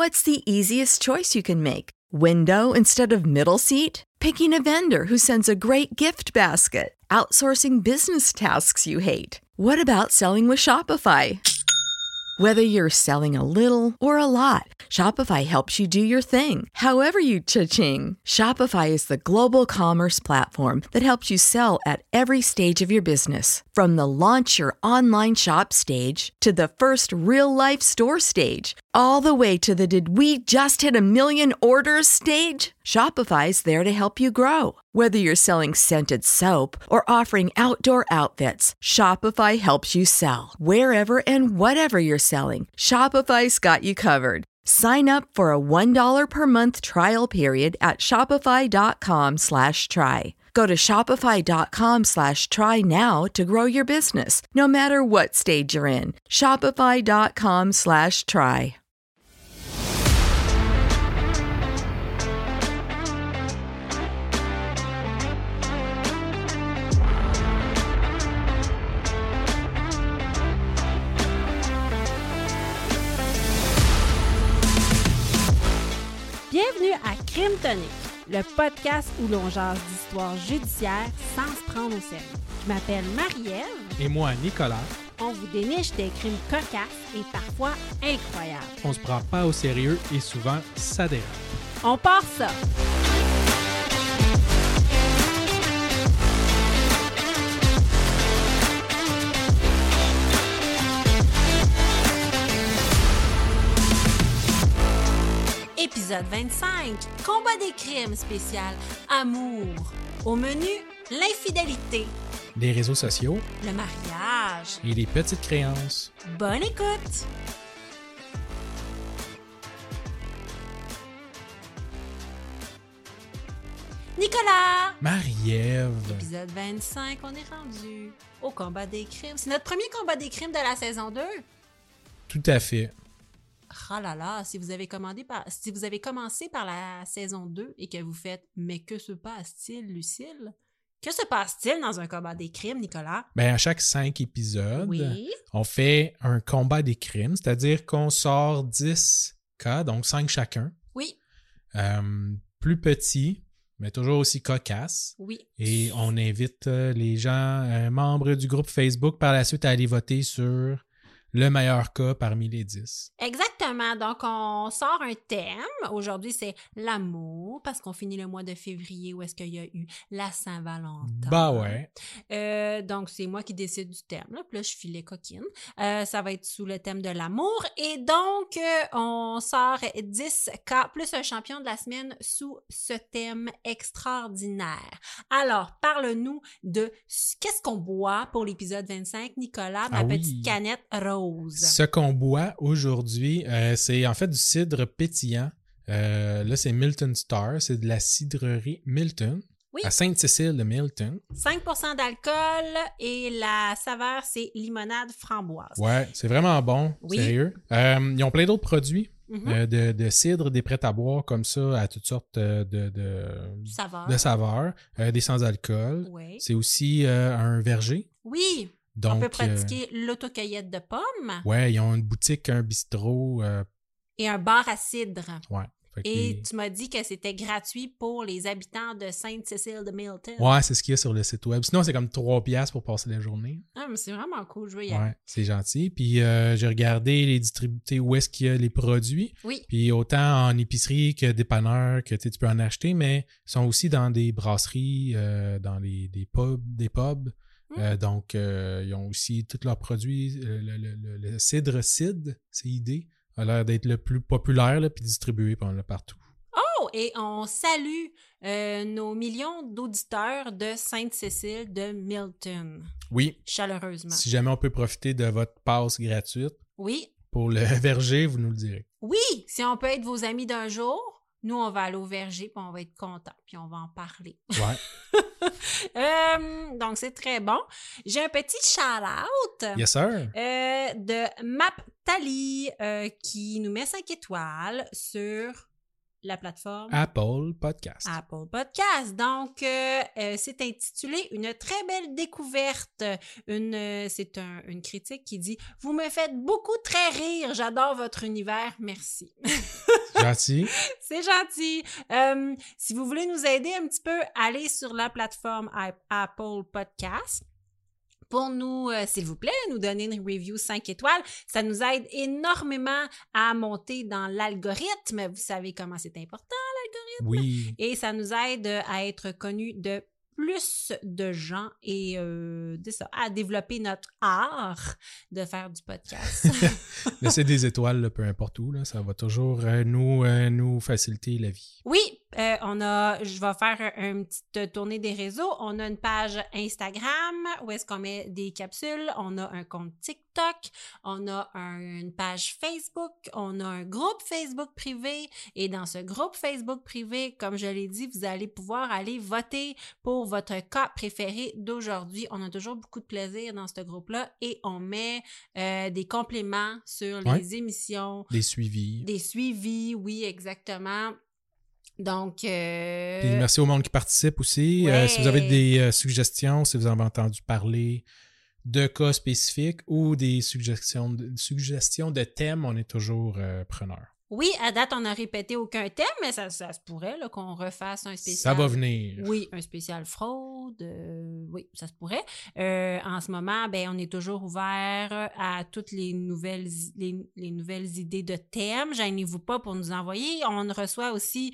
What's the easiest choice you can make? Window instead of middle seat? Picking a vendor who sends a great gift basket? Outsourcing business tasks you hate? What about selling with Shopify? Whether you're selling a little or a lot, Shopify helps you do your thing, however you cha-ching. Shopify is the global commerce platform that helps you sell at every stage of your business. From the launch your online shop stage to the first real-life store stage, all the way to the did we just hit a million orders stage. Shopify's there to help you grow. Whether you're selling scented soap or offering outdoor outfits, Shopify helps you sell. Wherever and whatever you're selling, Shopify's got you covered. Sign up for a $1 per month trial period at shopify.com/try. Go to shopify.com/try now to grow your business, no matter what stage you're in. Shopify.com/try. Bienvenue à Crime Tonic, le podcast où l'on jase d'histoires judiciaires sans se prendre au sérieux. Je m'appelle Marie-Ève. Et moi, Nicolas. On vous déniche des crimes cocasses et parfois incroyables. On se prend pas au sérieux et souvent, ça dérape. On part ça! Épisode 25, combat des crimes spécial, amour. Au menu, l'infidélité, Les réseaux sociaux le mariage. et les petites créances. Bonne écoute! Nicolas! Marie-Ève. Épisode 25, on est rendu au combat des crimes. C'est notre premier combat des crimes de la saison 2. Tout à fait. Ah là là, si vous avez commencé par la saison 2 et que vous faites « Mais que se passe-t-il, Lucille? » Que se passe-t-il dans un combat des crimes, Nicolas? Ben, à chaque 5 épisodes, Oui. on fait un combat des crimes, c'est-à-dire qu'on sort 10 cas, donc 5 chacun. Oui. Plus petits, mais toujours aussi cocasses. Oui. Et on invite les gens, membres du groupe Facebook, par la suite à aller voter sur le meilleur cas parmi les 10. Exactement. Donc, on sort un thème. Aujourd'hui, c'est l'amour, parce qu'on finit le mois de février où est-ce qu'il y a eu la Saint-Valentin. Bah ouais. Donc, c'est moi qui décide du thème. Là. Puis là, je filais coquine. Ça va être sous le thème de l'amour. Et donc, on sort 10 cas plus un champion de la semaine sous ce thème extraordinaire. Alors, parle-nous de qu'est-ce qu'on boit pour l'épisode 25, Nicolas, ma petite canette rose. Ce qu'on boit aujourd'hui, c'est en fait du cidre pétillant. Là, c'est Milton Star. C'est de la cidrerie Milton. Oui. À Sainte-Cécile de Milton. 5% d'alcool et la saveur, c'est limonade framboise. Ouais, c'est vraiment bon. Oui. Sérieux. Ils ont plein d'autres produits. Mm-hmm. De cidre, des prêts à boire comme ça, à toutes sortes de saveurs. Des sans-alcool. Oui. C'est aussi un verger. Oui. Donc, on peut pratiquer l'autocueillette de pommes. Ouais, ils ont une boutique, un bistrot. Et un bar à cidre. Ouais. Et tu m'as dit que c'était gratuit pour les habitants de Sainte-Cécile de Milton. Ouais, c'est ce qu'il y a sur le site web. Sinon, c'est comme 3$ pour passer la journée. Ah, mais c'est vraiment cool, je veux y aller. Ouais, c'est gentil. Puis j'ai regardé les distributeurs où est-ce qu'il y a les produits. Oui. Puis autant en épicerie que dépanneur, que tu peux en acheter, mais ils sont aussi dans des brasseries, dans des pubs. Donc, ils ont aussi tous leurs produits. Le cidre CID, CID, a l'air d'être le plus populaire, là, puis distribué partout. Oh! Et on salue nos millions d'auditeurs de Sainte-Cécile de Milton. Oui. Chaleureusement. Si jamais on peut profiter de votre passe gratuite. Oui. Pour le verger, vous nous le direz. Oui! Si on peut être vos amis d'un jour, nous, on va aller au verger, puis on va être contents, puis on va en parler. Ouais. Donc, c'est très bon. J'ai un petit shout-out. Yes, sir. De Maptali qui nous met 5 étoiles sur la plateforme Apple Podcast. Apple Podcast. Donc, c'est intitulé « Une très belle découverte ». C'est une critique qui dit « Vous me faites beaucoup très rire. J'adore votre univers. Merci. » Gentil. C'est gentil. Si vous voulez nous aider un petit peu, allez sur la plateforme Apple Podcast. Pour nous, s'il vous plaît, nous donner une review 5 étoiles. Ça nous aide énormément à monter dans l'algorithme. Vous savez comment c'est important, l'algorithme? Oui. Et ça nous aide à être connus de plus de gens et à développer notre art de faire du podcast. Laissez des étoiles, là, peu importe où, là, ça va toujours nous faciliter la vie. Oui, je vais faire une petite tournée des réseaux. On a une page Instagram où est-ce qu'on met des capsules. On a un compte TikTok. On a une page Facebook. On a un groupe Facebook privé. Et dans ce groupe Facebook privé, comme je l'ai dit, vous allez pouvoir aller voter pour votre cas préféré d'aujourd'hui. On a toujours beaucoup de plaisir dans ce groupe-là et on met des compléments sur les émissions. Des suivis. Des suivis, oui, exactement. Donc, Puis merci au monde qui participe aussi. Ouais. Si vous avez des suggestions, si vous avez entendu parler de cas spécifiques ou des suggestions de thèmes, on est toujours preneurs. Oui, à date, on n'a répété aucun thème, mais ça se pourrait là, qu'on refasse un spécial. Ça va venir. Oui, un spécial fraude. Oui, ça se pourrait. En ce moment, on est toujours ouvert à toutes les nouvelles idées de thèmes. Gênez-vous pas pour nous envoyer. On reçoit aussi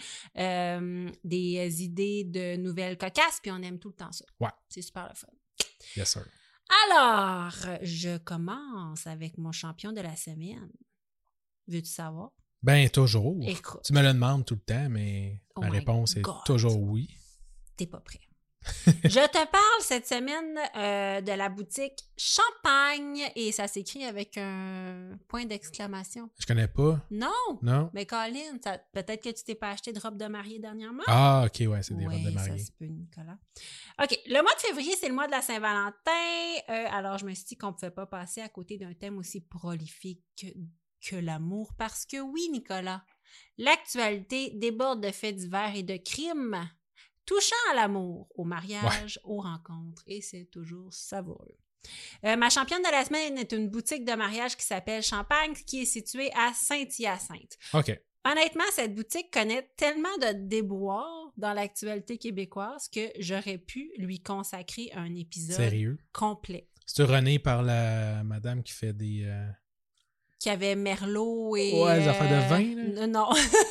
des idées de nouvelles cocasses, puis on aime tout le temps ça. Ouais. C'est super le fun. Yes, sir. Alors, je commence avec mon champion de la semaine. Veux-tu savoir? Ben, toujours. Écoute. Tu me le demandes tout le temps, mais ma réponse est toujours oui. T'es pas prêt. Je te parle cette semaine de la boutique Champagne et ça s'écrit avec un point d'exclamation. Je connais pas. Non! Non? Mais Colin, peut-être que tu t'es pas acheté de robe de mariée dernièrement? Ah, OK, ouais, c'est des robes de mariée. Ça se peut, Nicolas. OK, le mois de février, c'est le mois de la Saint-Valentin. Alors, je me suis dit qu'on ne pouvait pas passer à côté d'un thème aussi prolifique que l'amour. Parce que oui, Nicolas, l'actualité déborde de faits divers et de crimes touchant à l'amour, au mariage, aux rencontres, et c'est toujours savoureux. Ma championne de la semaine est une boutique de mariage qui s'appelle Champagne, qui est située à Saint-Hyacinthe. OK. Honnêtement, cette boutique connaît tellement de déboires dans l'actualité québécoise que j'aurais pu lui consacrer un épisode complet. C'est rené par la madame qui fait des... Qui avait Merlot et... Ouais, les affaires de vin, là. Non.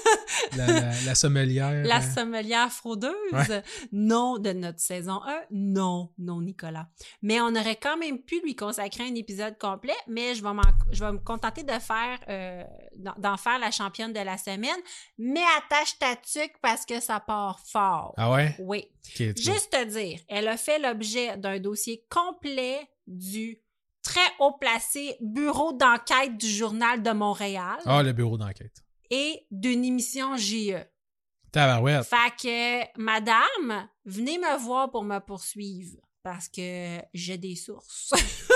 la sommelière. La sommelière fraudeuse. Ouais. Non, de notre saison 1. Non, Nicolas. Mais on aurait quand même pu lui consacrer un épisode complet, mais je vais me contenter de faire d'en faire la championne de la semaine. Mais attache ta tuque parce que ça part fort. Ah ouais? Oui. Okay, juste te dire, elle a fait l'objet d'un dossier complet du très haut placé bureau d'enquête du Journal de Montréal. Ah, le bureau d'enquête. Et d'une émission JE. Tabarouette. Fait que, madame, venez me voir pour me poursuivre parce que j'ai des sources.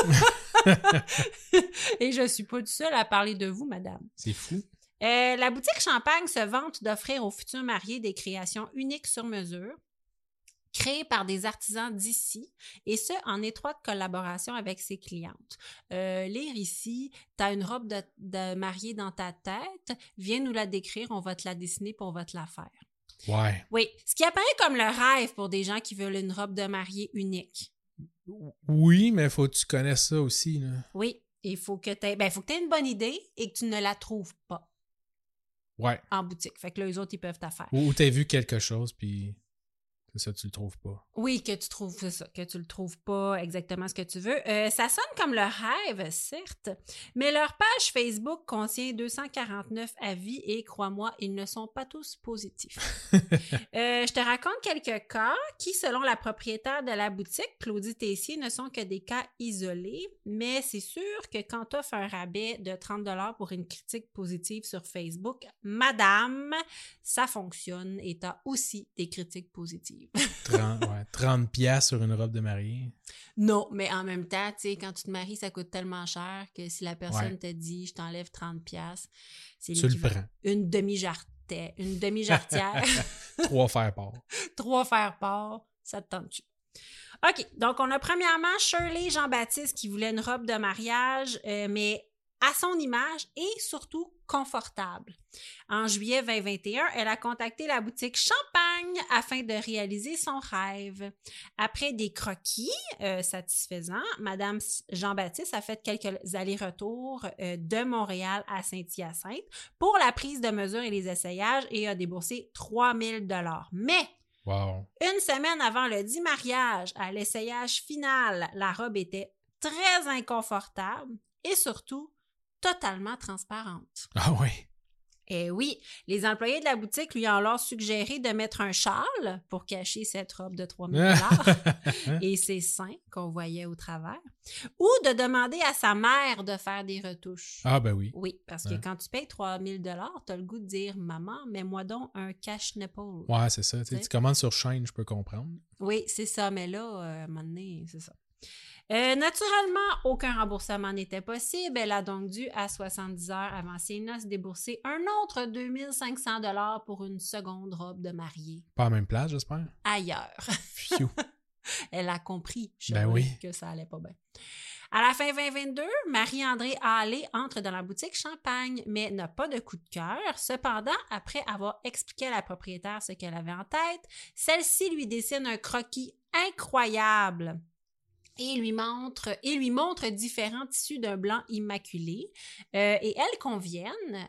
Et je suis pas toute seule à parler de vous, madame. C'est fou. La boutique Champagne se vante d'offrir aux futurs mariés des créations uniques sur mesure, créé par des artisans d'ici, et ce, en étroite collaboration avec ses clientes. Lire ici, t'as une robe de mariée dans ta tête, viens nous la décrire, on va te la dessiner, puis on va te la faire. Ouais. Oui, ce qui apparaît comme le rêve pour des gens qui veulent une robe de mariée unique. Oui, mais faut que tu connaisses ça aussi, là. Oui, il faut que tu aies une bonne idée et que tu ne la trouves pas. Ouais. En boutique. Fait que là, eux autres, ils peuvent t'affaire. Ou t'as vu quelque chose, puis... C'est ça, tu le trouves pas. Oui, que tu le trouves pas exactement ce que tu veux. Ça sonne comme le rêve, certes, mais leur page Facebook contient 249 avis et, crois-moi, ils ne sont pas tous positifs. Je te raconte quelques cas qui, selon la propriétaire de la boutique, Claudie Tessier, ne sont que des cas isolés, mais c'est sûr que quand tu offres un rabais de 30 $ pour une critique positive sur Facebook, madame, ça fonctionne et tu as aussi des critiques positives. 30 $, sur une robe de mariée. Non, mais en même temps, tu sais, quand tu te maries, ça coûte tellement cher que si la personne te dit « je t'enlève 30 $, c'est tu le prends. Une demi-jarretière. 3 faire-part. 3 faire-part, ça te tente-tu? OK, donc on a premièrement Shirley Jean-Baptiste qui voulait une robe de mariage, mais à son image et surtout confortable. En juillet 2021, elle a contacté la boutique Champagne afin de réaliser son rêve. Après des croquis satisfaisants, Madame Jean-Baptiste a fait quelques allers-retours de Montréal à Saint-Hyacinthe pour la prise de mesure et les essayages et a déboursé 3 000 $. Mais Wow. une semaine avant le dit mariage, à l'essayage final, la robe était très inconfortable et surtout totalement transparente. Ah oui. Et oui, les employés de la boutique lui ont alors suggéré de mettre un châle pour cacher cette robe de 3 000 $ et ses seins qu'on voyait au travers, ou de demander à sa mère de faire des retouches. Ah ben oui. Oui, parce que quand tu payes 3 000 $, tu as le goût de dire « Maman, mets-moi donc un cache-nipple. » Ouais, c'est ça. Tu commandes sur chaîne, je peux comprendre. Oui, c'est ça, mais là, à un moment donné, c'est ça. Naturellement, aucun remboursement n'était possible. Elle a donc dû, à 70 heures avant ses noces, débourser un autre 2 500 $ pour une seconde robe de mariée. Pas à la même place, j'espère. Ailleurs. Phew. Elle a compris, que ça allait pas bien. À la fin 2022, Marie-André Hallé entre dans la boutique Champagne, mais n'a pas de coup de cœur. Cependant, après avoir expliqué à la propriétaire ce qu'elle avait en tête, celle-ci lui dessine un croquis incroyable et lui montre différents tissus d'un blanc immaculé. Et elles conviennent,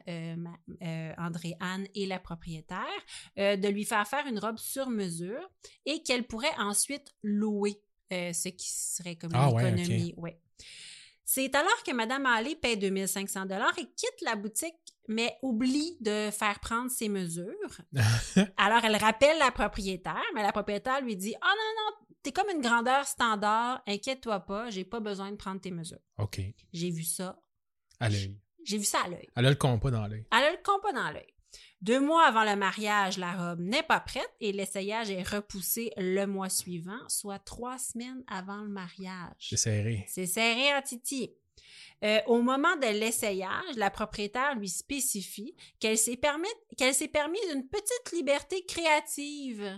André-Anne et la propriétaire, de lui faire une robe sur mesure et qu'elle pourrait ensuite louer, ce qui serait comme une économie. Okay. Ouais. C'est alors que Mme Hallé paie 2 500 $ et quitte la boutique, mais oublie de faire prendre ses mesures. Alors, elle rappelle la propriétaire, mais la propriétaire lui dit « Ah non, t'es comme une grandeur standard, inquiète-toi pas, j'ai pas besoin de prendre tes mesures. » OK. J'ai vu ça. À l'œil. J'ai vu ça à l'œil. Elle a le compas dans l'œil. Elle a le compas dans l'œil. 2 mois avant le mariage, la robe n'est pas prête et l'essayage est repoussé le mois suivant, soit 3 semaines avant le mariage. C'est serré. C'est serré en titi. Au moment de l'essayage, la propriétaire lui spécifie qu'elle s'est permise une petite liberté créative.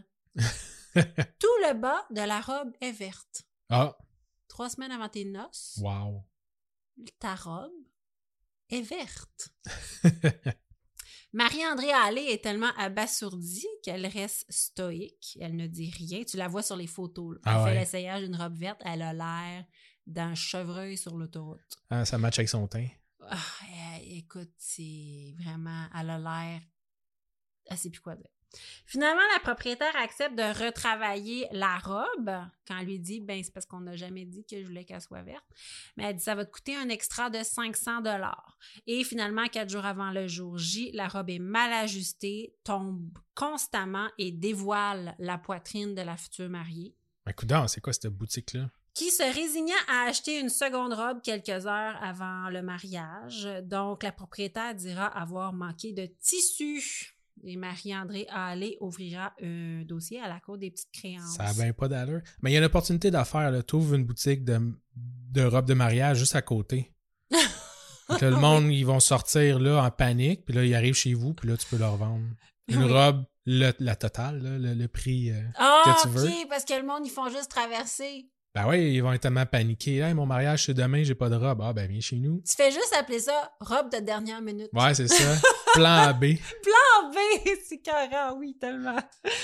Tout le bas de la robe est verte. Ah! 3 semaines avant tes noces, Wow! ta robe est verte. Marie-André Hallé est tellement abasourdie qu'elle reste stoïque. Elle ne dit rien. Tu la vois sur les photos. Elle fait l'essayage d'une robe verte. Elle a l'air d'un chevreuil sur l'autoroute. Ah, ça matche avec son teint. Écoute, c'est vraiment... Elle a l'air... Elle sait plus quoi dire. Finalement, la propriétaire accepte de retravailler la robe quand elle lui dit « c'est parce qu'on n'a jamais dit que je voulais qu'elle soit verte. » Mais elle dit « ça va te coûter un extra de 500 $. » Et finalement, 4 jours avant le jour J, la robe est mal ajustée, tombe constamment et dévoile la poitrine de la future mariée. Coudonc, c'est quoi cette boutique-là? Qui se résigna à acheter une seconde robe quelques heures avant le mariage. Donc, la propriétaire dira avoir manqué de tissu. Et Marie-André Hallé ouvrira un dossier à la Cour des petites créances. Ça n'a bien pas d'allure. Mais il y a une opportunité d'affaires. Tu ouvres une boutique de robes de mariage juste à côté. Donc, là, le monde, ils vont sortir là en panique, puis là, ils arrivent chez vous, puis là, tu peux leur vendre une robe, la totale, là, le prix que tu veux. OK, parce que le monde, ils font juste traverser. Ben oui, ils vont être tellement paniqués. Hey, mon mariage, c'est demain, j'ai pas de robe. Ah, ben viens chez nous. Tu fais juste appeler ça robe de dernière minute. Ouais, c'est ça. Plan B. Plan B, c'est carré, oui, tellement.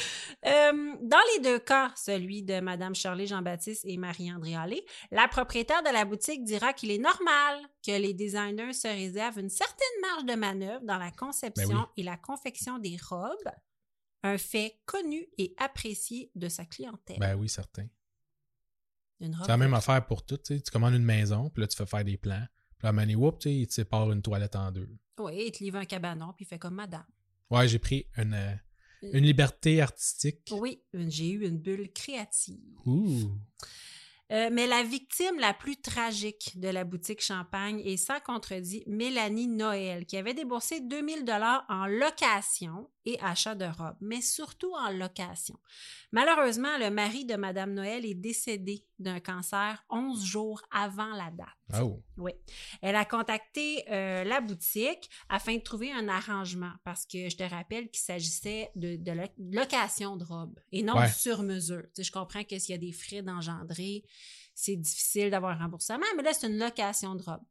Dans les deux cas, celui de Mme Shirley Jean-Baptiste et Marie-André Hallé, la propriétaire de la boutique dira qu'il est normal que les designers se réservent une certaine marge de manœuvre dans la conception et la confection des robes, un fait connu et apprécié de sa clientèle. Ben oui, certain. C'est la même affaire pour tout. Tu commandes une maison, puis là, tu fais faire des plans. Puis là, il te sépare une toilette en deux. Oui, il te livre un cabanon, puis il fait comme madame. Ouais, j'ai pris une liberté artistique. Oui, j'ai eu une bulle créative. Ouh! Mais la victime la plus tragique de la boutique Champagne est sans contredit Mélanie Noël, qui avait déboursé 2 000 $ en location et achat de robes, mais surtout en location. Malheureusement, le mari de Mme Noël est décédé d'un cancer 11 jours avant la date. Oh! Oui. Elle a contacté la boutique afin de trouver un arrangement parce que je te rappelle qu'il s'agissait de location de robes et non sur mesure. Tu sais, je comprends que s'il y a des frais d'engendrer, c'est difficile d'avoir un remboursement, mais là, c'est une location de robe.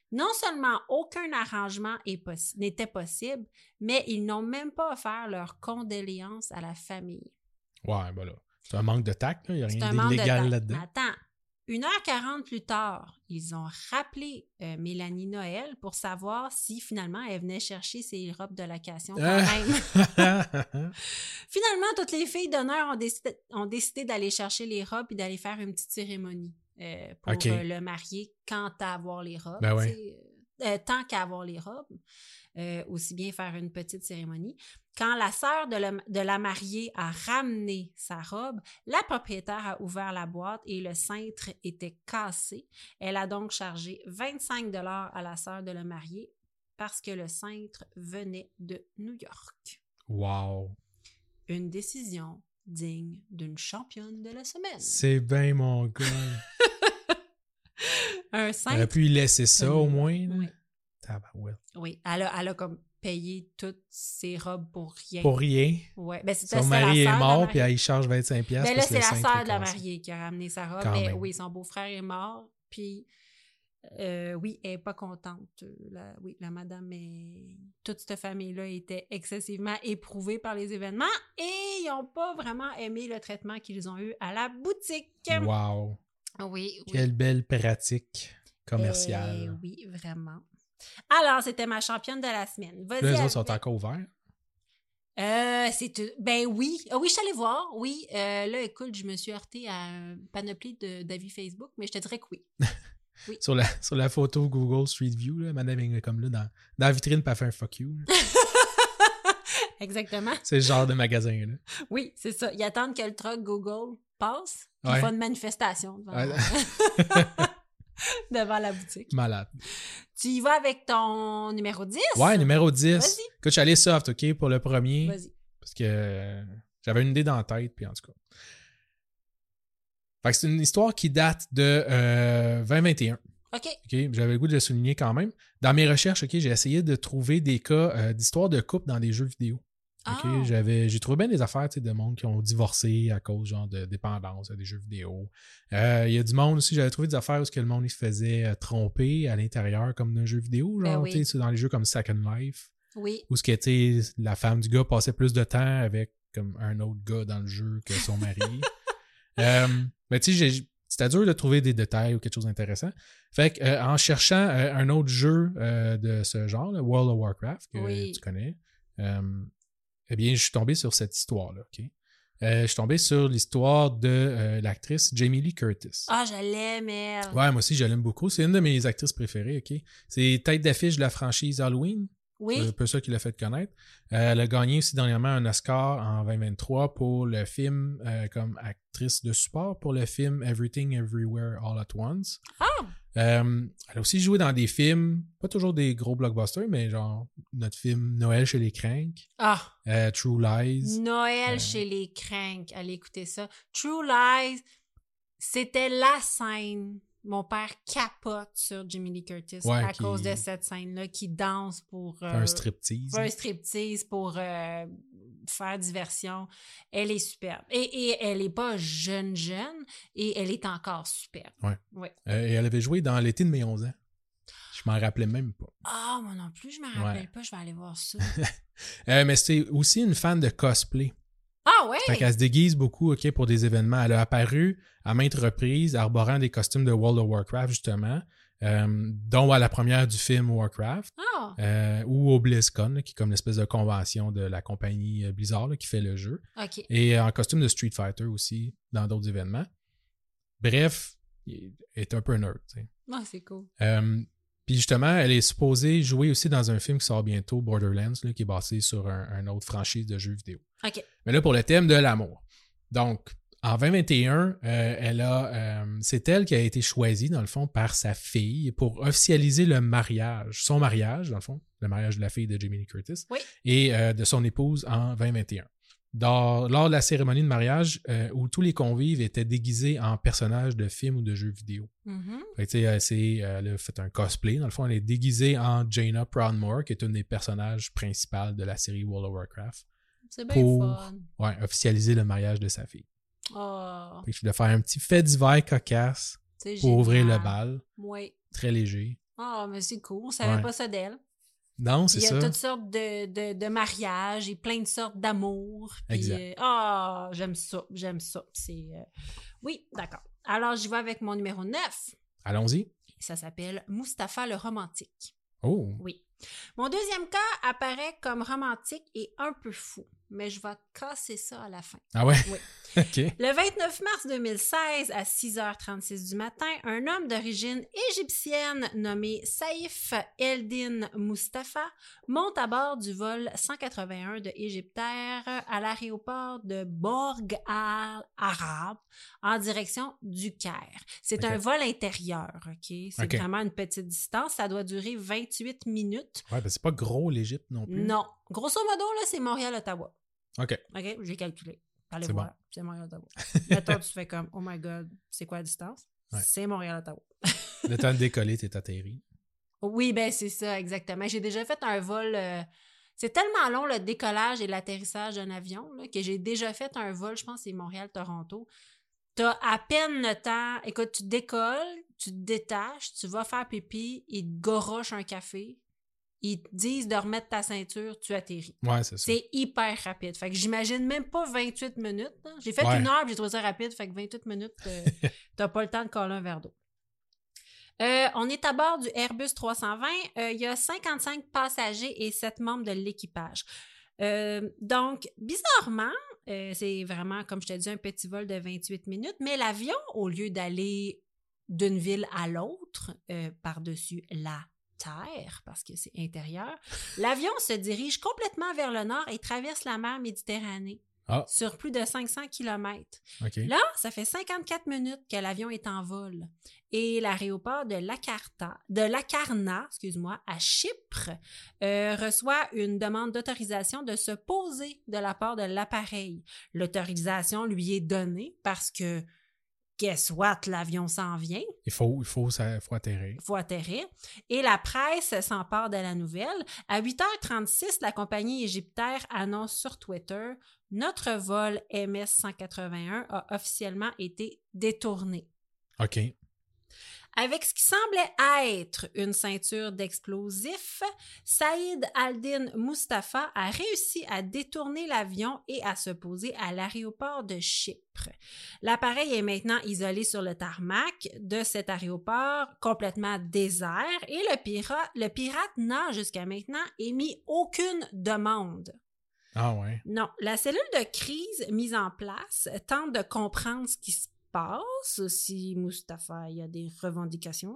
Non seulement aucun arrangement n'était possible, mais ils n'ont même pas offert leurs condoléances à la famille. Ouais, ben là. C'est un manque de tact, là. Il n'y a C'est rien un manque de d'illégal tact. là-dedans. Mais attends, 1h40 plus tard, ils ont rappelé Mélanie Noël pour savoir si finalement elle venait chercher ses robes de location quand même. Finalement, toutes les filles d'honneur ont décidé d'aller chercher les robes et d'aller faire une petite cérémonie pour le marier quant à avoir les robes. Ben ouais. Tant qu'à avoir les robes, aussi bien faire une petite cérémonie. Quand la sœur de la mariée a ramené sa robe, la propriétaire a ouvert la boîte et le cintre était cassé. Elle a donc chargé 25 $ à la sœur de la mariée parce que le cintre venait de New York. Wow! Une décision digne d'une championne de la semaine. C'est bien mon gars. Un cintre. Elle a pu y laisser ça au moins. Oui. Tabarouette. Oui, elle a comme payé toutes ses robes pour rien. Pour rien. Ouais. Ben, Son mari est mort, puis elle y charge 25$. Ben là, c'est la cintre sœur est de la cassé. mariée qui a ramené sa robe. Quand Mais même. oui, son beau-frère est mort. Puis, oui, elle n'est pas contente. La madame est... Toute cette famille-là était excessivement éprouvée par les événements et ils n'ont pas vraiment aimé le traitement qu'ils ont eu à la boutique. Wow! Oui. Quelle belle pratique commerciale. Oui, vraiment. Alors, c'était ma championne de la semaine. Vas-y. Là, les autres sont encore ouverts. Ben oui. Oui, je suis allée voir. Oui. Là, écoute, je me suis heurtée à une panoplie d'avis Facebook, mais je te dirais que oui. Oui. Sur la photo Google Street View, là, madame est comme là dans la vitrine, pas fait un fuck you. Exactement. C'est le genre de magasin. Là. Oui, c'est ça. Ils attendent que le truck Google passe, puis Ouais. ils font une manifestation devant la boutique. Malade. Tu y vas avec ton numéro 10? Ouais, numéro 10. Vas-y. Écoute, je suis allé soft, OK, pour le premier. Vas-y. Parce que j'avais une idée dans la tête, puis en tout cas. Fait que c'est une histoire qui date de 2021. OK. J'avais le goût de le souligner quand même. Dans mes recherches, OK, j'ai essayé de trouver des cas d'histoires de couple dans des jeux vidéo. OK, Oh. j'ai trouvé bien des affaires de monde qui ont divorcé à cause genre de dépendance à des jeux vidéo. Il y a du monde aussi, j'avais trouvé des affaires où que le monde il se faisait tromper à l'intérieur comme d'un jeu vidéo, genre Ben oui. dans les jeux comme Second Life, Oui. où ce que la femme du gars passait plus de temps avec comme un autre gars dans le jeu que son mari. Mais tu sais, c'était dur de trouver des détails ou quelque chose d'intéressant. Fait que en cherchant un autre jeu de ce genre, le World of Warcraft, que tu connais, eh bien, je suis tombé sur cette histoire-là, OK? Je suis tombé sur l'histoire de l'actrice Jamie Lee Curtis. Ah, je l'aime, elle. Ouais, moi aussi, je l'aime beaucoup. C'est une de mes actrices préférées, OK? C'est tête d'affiche de la franchise Halloween. Oui. C'est un peu ça qui l'a fait connaître. Elle a gagné aussi dernièrement un Oscar en 2023 pour le film comme actrice de support pour le film Everything Everywhere All at Once. Ah! Elle a aussi joué dans des films, pas toujours des gros blockbusters, mais genre notre film Noël chez les Cranks, Ah! True Lies. Noël chez les Cranks. Allez écouter ça. True Lies, c'était la scène. Mon père capote sur Jamie Lee Curtis à cause de cette scène-là qui danse pour... un striptease. Un striptease pour faire diversion. Elle est superbe. Et elle n'est pas jeune, et elle est encore superbe. Ouais. Et elle avait joué dans l'été de mes 11 ans. Je m'en rappelais même pas. Ah, moi non plus, je me rappelle pas. Je vais aller voir ça. Mais c'est aussi une fan de cosplay. Ah ouais? Fait qu'elle se déguise beaucoup, OK, pour des événements. Elle a apparu à maintes reprises arborant des costumes de World of Warcraft, justement, dont à la première du film Warcraft, ou au BlizzCon, là, qui est comme l'espèce de convention de la compagnie Blizzard là, qui fait le jeu. OK. Et en costume de Street Fighter aussi, dans d'autres événements. Bref, elle est un peu nerd, tu sais. Ah, c'est cool. Puis justement, elle est supposée jouer aussi dans un film qui sort bientôt, Borderlands, là, qui est basé sur un autre franchise de jeux vidéo. OK. Mais là, pour le thème de l'amour. Donc, en 2021, c'est elle qui a été choisie, dans le fond, par sa fille pour officialiser le mariage, son mariage, dans le fond, le mariage de la fille de Jamie Lee Curtis, et de son épouse en 2021. Lors de la cérémonie de mariage, où tous les convives étaient déguisés en personnages de films ou de jeux vidéo. Fait que, elle a fait un cosplay. Dans le fond, elle est déguisée en Jaina Proudmoore, qui est une des personnages principales de la série World of Warcraft. C'est bien fun. Ouais, officialiser le mariage de sa fille. Oh. Fait que je voulais faire un petit fait divers cocasse pour ouvrir le bal. Oui. Très léger. Ah, mais c'est cool. On savait pas ça d'elle. Non, c'est ça. Il y a toutes sortes de mariages et plein de sortes d'amour. Exact. J'aime ça. Oui, d'accord. Alors, j'y vais avec mon numéro 9. Allons-y. Ça s'appelle Mustapha le romantique. Oh! Oui. Mon deuxième cas apparaît comme romantique et un peu fou, mais je vais casser ça à la fin. Ah ouais? Oui. OK. Le 29 mars 2016, à 6h36 du matin, un homme d'origine égyptienne nommé Saïf Eldin Mustapha monte à bord du vol 181 de Égyptair à l'aéroport de Borg Al Arab en direction du Caire. C'est un vol intérieur, OK? C'est vraiment une petite distance. Ça doit durer 28 minutes. Ouais, ben c'est pas gros l'Égypte non plus. Non. Grosso modo, là, c'est Montréal-Ottawa. OK. OK? J'ai calculé. Allez C'est voir. bon. C'est Montréal-Ottawa. Mettons, tu fais comme, oh my God, c'est quoi la distance? Ouais. C'est Montréal-Ottawa. Le temps de décoller, t'es atterri. Oui, ben c'est ça, exactement. J'ai déjà fait un vol... c'est tellement long, le décollage et l'atterrissage d'un avion, là, que j'ai déjà fait un vol, je pense que c'est Montréal-Toronto. T'as à peine le temps... Écoute, tu décolles, tu te détaches, tu vas faire pipi, ils te gorochent un café, ils te disent de remettre ta ceinture, tu atterris. Ouais, c'est ça. C'est hyper rapide. Fait que j'imagine même pas 28 minutes. Hein. J'ai fait 1 heure, j'ai trouvé ça rapide. Fait que 28 minutes, t'as pas le temps de coller un verre d'eau. On est à bord du Airbus 320. Il y a 55 passagers et 7 membres de l'équipage. Donc, bizarrement, c'est vraiment, comme je te dis, un petit vol de 28 minutes, mais l'avion, au lieu d'aller d'une ville à l'autre, par-dessus la Terre, parce que c'est intérieur, l'avion se dirige complètement vers le nord et traverse la mer Méditerranée sur plus de 500 km. Okay. Là, ça fait 54 minutes que l'avion est en vol. Et l'aéroport de Lakarna, à Chypre, reçoit une demande d'autorisation de se poser de la part de l'appareil. L'autorisation lui est donnée parce que guess what, l'avion s'en vient. Il faut atterrir. Il faut atterrir. Et la presse s'empare de la nouvelle. À 8h36, la compagnie égyptaire annonce sur Twitter « Notre vol MS-181 a officiellement été détourné. » OK. Avec ce qui semblait être une ceinture d'explosifs, Saïd Aldin Mustapha a réussi à détourner l'avion et à se poser à l'aéroport de Chypre. L'appareil est maintenant isolé sur le tarmac de cet aéroport complètement désert et le pirate n'a jusqu'à maintenant émis aucune demande. Ah ouais? Non, la cellule de crise mise en place tente de comprendre ce qui se passe, si Mustapha y a des revendications.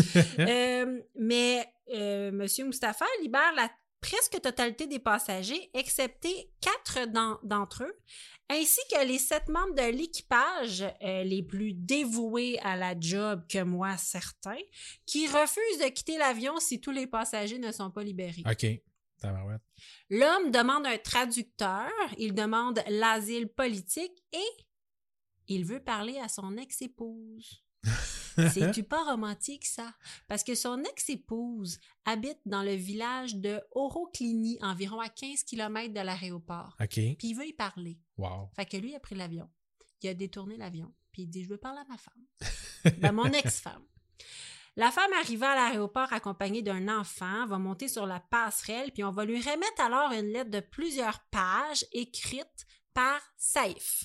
Mais M. Mustapha libère la presque totalité des passagers, excepté 4 d'entre eux, ainsi que les 7 membres de l'équipage, les plus dévoués à la job que moi, certains, qui refusent de quitter l'avion si tous les passagers ne sont pas libérés. OK. Tabarouette. L'homme demande un traducteur, il demande l'asile politique et il veut parler à son ex-épouse. C'est-tu pas romantique, ça? Parce que son ex-épouse habite dans le village de Oroclini, environ à 15 km de l'aéroport. OK. Puis il veut y parler. Wow. Fait que lui a pris l'avion. Il a détourné l'avion. Puis il dit, je veux parler à ma femme. Ben, mon ex-femme. La femme arriva à l'aéroport accompagnée d'un enfant, va monter sur la passerelle, puis on va lui remettre alors une lettre de plusieurs pages écrite par Saïf.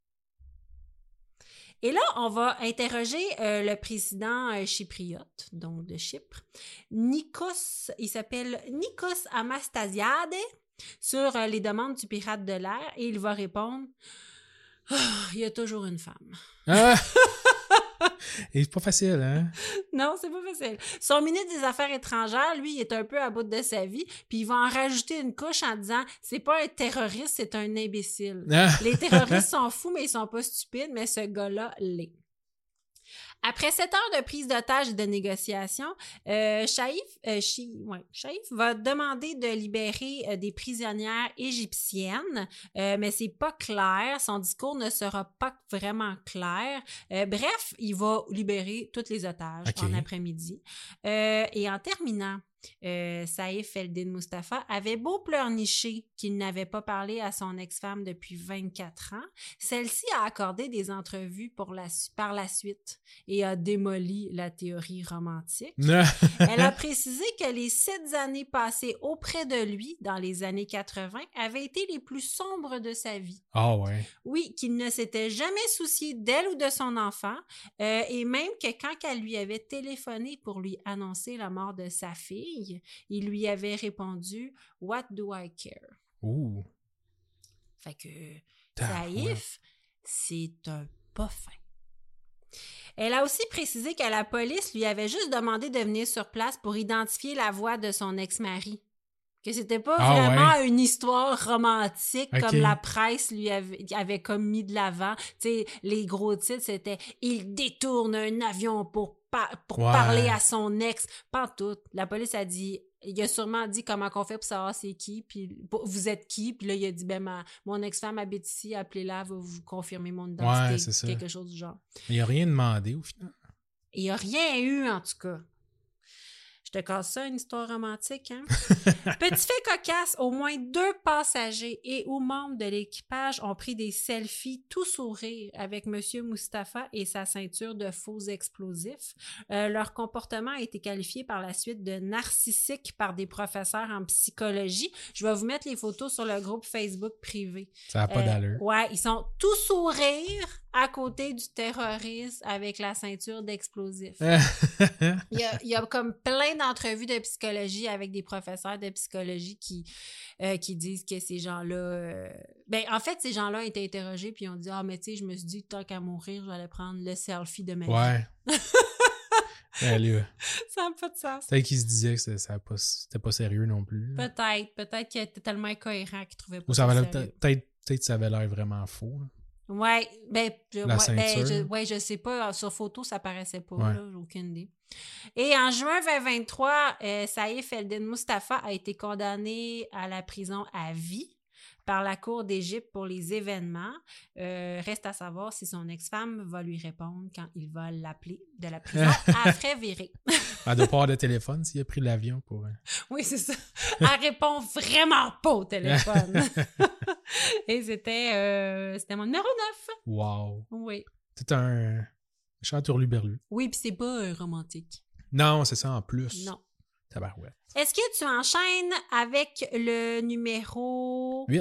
Et là, on va interroger le président chypriote, donc de Chypre, il s'appelle Nikos Anastasiade, sur les demandes du pirate de l'air, et il va répondre « Il y a toujours une femme. » Et c'est pas facile, hein? Non, c'est pas facile. Son ministre des Affaires étrangères, lui, il est un peu à bout de sa vie, puis il va en rajouter une couche en disant « C'est pas un terroriste, c'est un imbécile. » Les terroristes sont fous, mais ils sont pas stupides, mais ce gars-là l'est. Après 7 heures de prise d'otage et de négociation, Saïf va demander de libérer des prisonnières égyptiennes, mais c'est pas clair. Son discours ne sera pas vraiment clair. Bref, il va libérer tous les otages en après-midi. Et en terminant, Saïf El-Din Mustafa, avait beau pleurnicher qu'il n'avait pas parlé à son ex-femme depuis 24 ans, celle-ci a accordé des entrevues par la suite et a démoli la théorie romantique. Elle a précisé que les 7 années passées auprès de lui, dans les années 80, avaient été les plus sombres de sa vie. Ah ouais. Oui, qu'il ne s'était jamais soucié d'elle ou de son enfant, et même que quand elle lui avait téléphoné pour lui annoncer la mort de sa fille, il lui avait répondu « What do I care? » Ouh. Fait que Saïf, c'est un pas fin. Elle a aussi précisé que la police lui avait juste demandé de venir sur place pour identifier la voix de son ex-mari. Que c'était pas vraiment une histoire romantique comme la presse lui avait comme mis de l'avant. Tu sais, les gros titres, c'était « Il détourne un avion pour parler à son ex ». Pas tout. La police a dit... Il a sûrement dit comment qu'on fait pour savoir c'est qui, puis vous êtes qui, puis là, il a dit, mon ex-femme habite ici, appelez-la, va vous confirmer mon identité. Ouais, c'est ça. Quelque chose du genre. Mais il n'a rien demandé au final. Il n'y a rien eu, en tout cas. Je te casse ça, une histoire romantique, hein? Petit fait cocasse, au moins 2 passagers et ou membres de l'équipage ont pris des selfies tout sourire avec M. Mustafa et sa ceinture de faux explosifs. Leur comportement a été qualifié par la suite de narcissique par des professeurs en psychologie. Je vais vous mettre les photos sur le groupe Facebook privé. Ça n'a pas d'allure. Ouais, ils sont tout sourire à côté du terroriste avec la ceinture d'explosifs. Il y a comme plein d'entrevues de psychologie avec des professeurs de psychologie qui disent que ces gens-là... en fait, ces gens-là ont été interrogés puis ils ont dit « Ah, mais tu sais, je me suis dit, tant qu'à mourir, j'allais prendre le selfie de ma vie. » Ouais. Ça n'a pas de sens. Peut-être qu'ils se disaient que c'était pas sérieux non plus. Peut-être qu'il était tellement incohérent qu'il trouvait pas ou ça sérieux. Peut-être que ça avait l'air vraiment faux. Là. Ouais, je sais pas. Sur photo, ça paraissait pas, ouais. Là, j'ai aucune idée. Et en juin 2023, Saïf El-Din Mustafa a été condamné à la prison à vie par la Cour d'Égypte pour les événements. Reste à savoir si son ex-femme va lui répondre quand il va l'appeler de la prison après virer. Elle doit pas avoir de téléphone s'il a pris l'avion pour... Oui, c'est ça. Elle répond vraiment pas au téléphone. Et c'était mon numéro 9. Wow. Oui. C'est un chanturluberlu. Oui, puis c'est pas romantique. Non, c'est ça en plus. Non. Tabarouette. Est-ce que tu enchaînes avec le numéro 8?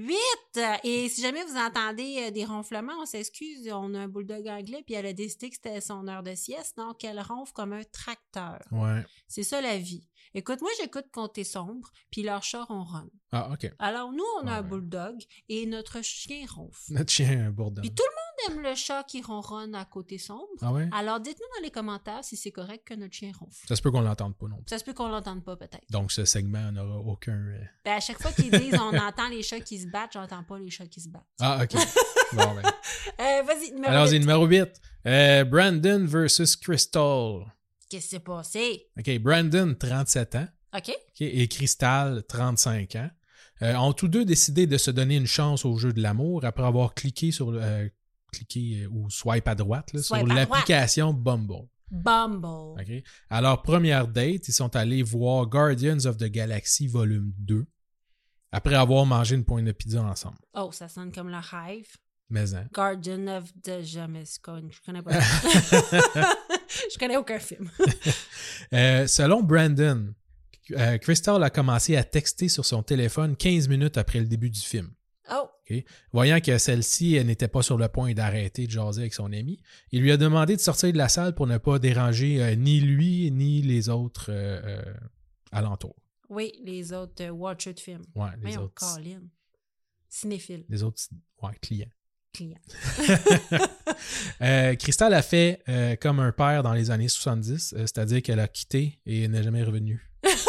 Et si jamais vous entendez des ronflements, on s'excuse, on a un bulldog anglais, puis elle a décidé que c'était son heure de sieste, donc elle ronfle comme un tracteur. Ouais. C'est ça la vie. Écoute, moi j'écoute Compter sombre, puis leur chat ronronne. Ah, OK. Alors nous, on a un bulldog et notre chien ronfle. Notre chien bourdonne. Puis tout le monde aime le chat qui ronronne à Côté sombre. Ah ouais? Alors dites-nous dans les commentaires si c'est correct que notre chien ronfle. Ça se peut qu'on l'entende pas non plus. Ça se peut qu'on l'entende pas peut-être. Donc ce segment n'aura aucun... À chaque fois qu'ils disent on entend les chats qui se battent, j'entends pas les chats qui se battent. Ah, OK. Bon, vas-y, numéro 8. Alors, numéro 8. Brandon versus Crystal. Qu'est-ce qui s'est passé? OK, Brandon, 37 ans. OK. Et Crystal, 35 ans. Ont tous deux décidé de se donner une chance au jeu de l'amour après avoir cliqué ou swipe à droite sur l'application Bumble. Bumble. Okay. À leur première date, ils sont allés voir Guardians of the Galaxy volume 2 après avoir mangé une pointe de pizza ensemble. Oh, ça sonne comme le rêve. Mais hein. Guardian of the... Je connais pas. Je connais aucun film. Selon Brandon, Crystal a commencé à texter sur son téléphone 15 minutes après le début du film. Oh! Okay. Voyant que celle-ci n'était pas sur le point d'arrêter de jaser avec son ami, il lui a demandé de sortir de la salle pour ne pas déranger ni lui ni les autres alentours. Oui, les autres watchers de films. Ouais, les autres. Colin. Cinéphiles. Les autres clients. Clients. Crystal a fait comme un père dans les années 70, c'est-à-dire qu'elle a quitté et n'est jamais revenue.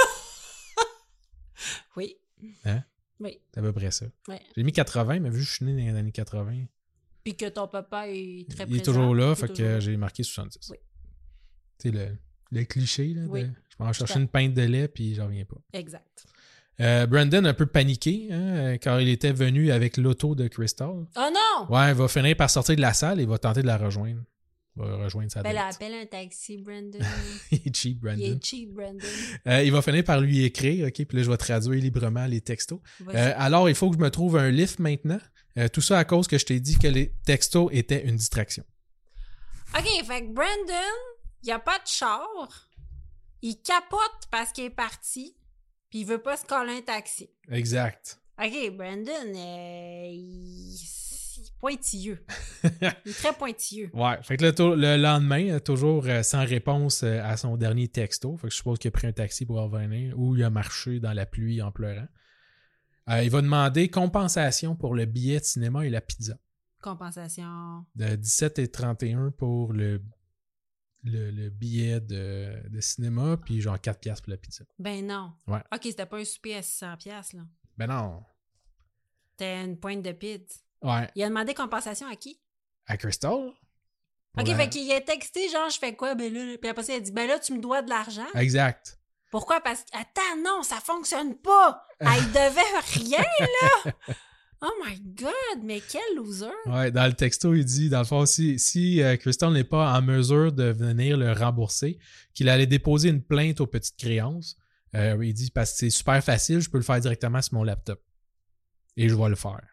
Oui. Hein? Oui. C'est à peu près ça. Ouais. J'ai mis 80, mais vu que je suis né dans les années 80... Puis que ton papa est très présent. Il est toujours là, fait que j'ai marqué 70. Oui. Tu sais, le cliché, là, oui. Je vais en chercher une pinte de lait, puis j'en reviens pas. Exact. Brandon a un peu paniqué, car il était venu avec l'auto de Crystal. Oh non! Ouais, il va finir par sortir de la salle et va tenter de la rejoindre. va rejoindre sa Ben là, date. appelle un taxi, Brandon. Il est cheap, Brandon. Il est cheap, Brandon. Il va finir par lui écrire, OK, puis là, je vais traduire librement les textos. Vas-y. Alors, il faut que je me trouve un lift maintenant. Tout ça à cause que je t'ai dit que les textos étaient une distraction. OK, fait que Brandon, il a pas de char. Il capote parce qu'il est parti. Puis il veut pas se coller un taxi. Exact. OK, Brandon, il est pointilleux. Il est très pointilleux. Ouais, fait que le lendemain, toujours sans réponse à son dernier texto, fait que je suppose qu'il a pris un taxi pour revenir ou il a marché dans la pluie en pleurant. Il va demander compensation pour le billet de cinéma et la pizza. Compensation. De 17,31 pour le billet de cinéma, puis genre 4$ pour la pizza. Ben non. Ouais. OK, c'était pas un souper à 600$, là. Ben non. C'était une pointe de pizza. Ouais. Il a demandé compensation à qui? À Crystal? OK, fait qu'il a texté, genre, je fais quoi? Ben là, puis après ça, il a dit, ben là, tu me dois de l'argent. Exact. Pourquoi? Parce que, attends, non, ça fonctionne pas. Il devait rien, là. Oh my God, mais quel loser. Ouais, dans le texto, il dit, dans le fond, si Crystal n'est pas en mesure de venir le rembourser, qu'il allait déposer une plainte aux petites créances. Il dit, parce que c'est super facile, je peux le faire directement sur mon laptop. Et je vais le faire.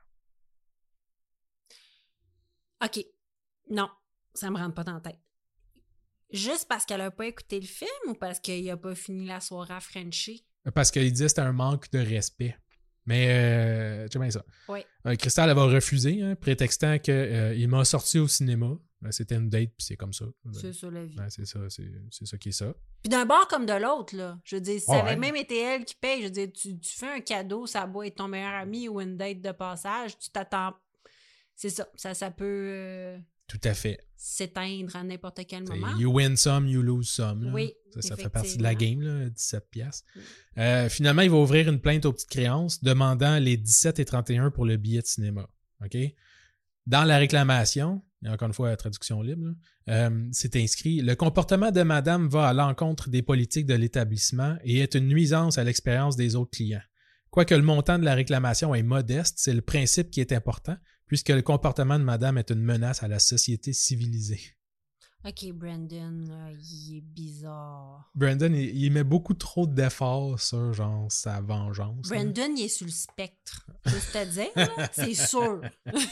OK. Non, ça me rentre pas dans la tête. Juste parce qu'elle a pas écouté le film ou parce qu'il a pas fini la soirée à Frenchie? Parce qu'il disait que c'était un manque de respect. Mais, tu sais bien ça. Oui. Crystal, elle va refuser, hein, prétextant qu'il m'a sorti au cinéma. C'était une date, puis c'est comme ça. C'est ça, la vie. Ouais, c'est ça, c'est ça qui est ça. Puis d'un bord comme de l'autre, là. Je veux dire, si ça avait Ouais. même été elle qui paye, je veux dire, tu fais un cadeau, ça doit être ton meilleur ami ou une date de passage, tu t'attends. C'est ça. Ça peut Tout à fait. s'éteindre à n'importe quel T'sais, moment. you win some, you lose some. Là. Oui, Ça fait partie de la game, effectivement. là, 17$. Finalement, il va ouvrir une plainte aux petites créances demandant les 17,31 pour le billet de cinéma. OK? Dans la réclamation, et encore une fois, la traduction libre, c'est inscrit « Le comportement de madame va à l'encontre des politiques de l'établissement et est une nuisance à l'expérience des autres clients. Quoique le montant de la réclamation est modeste, c'est le principe qui est important, puisque le comportement de madame est une menace à la société civilisée. » OK, Brandon, il est bizarre. Brandon, il met beaucoup trop d'efforts sur genre sa vengeance. Brandon, il est sur le spectre. Juste te dire, là, c'est sûr.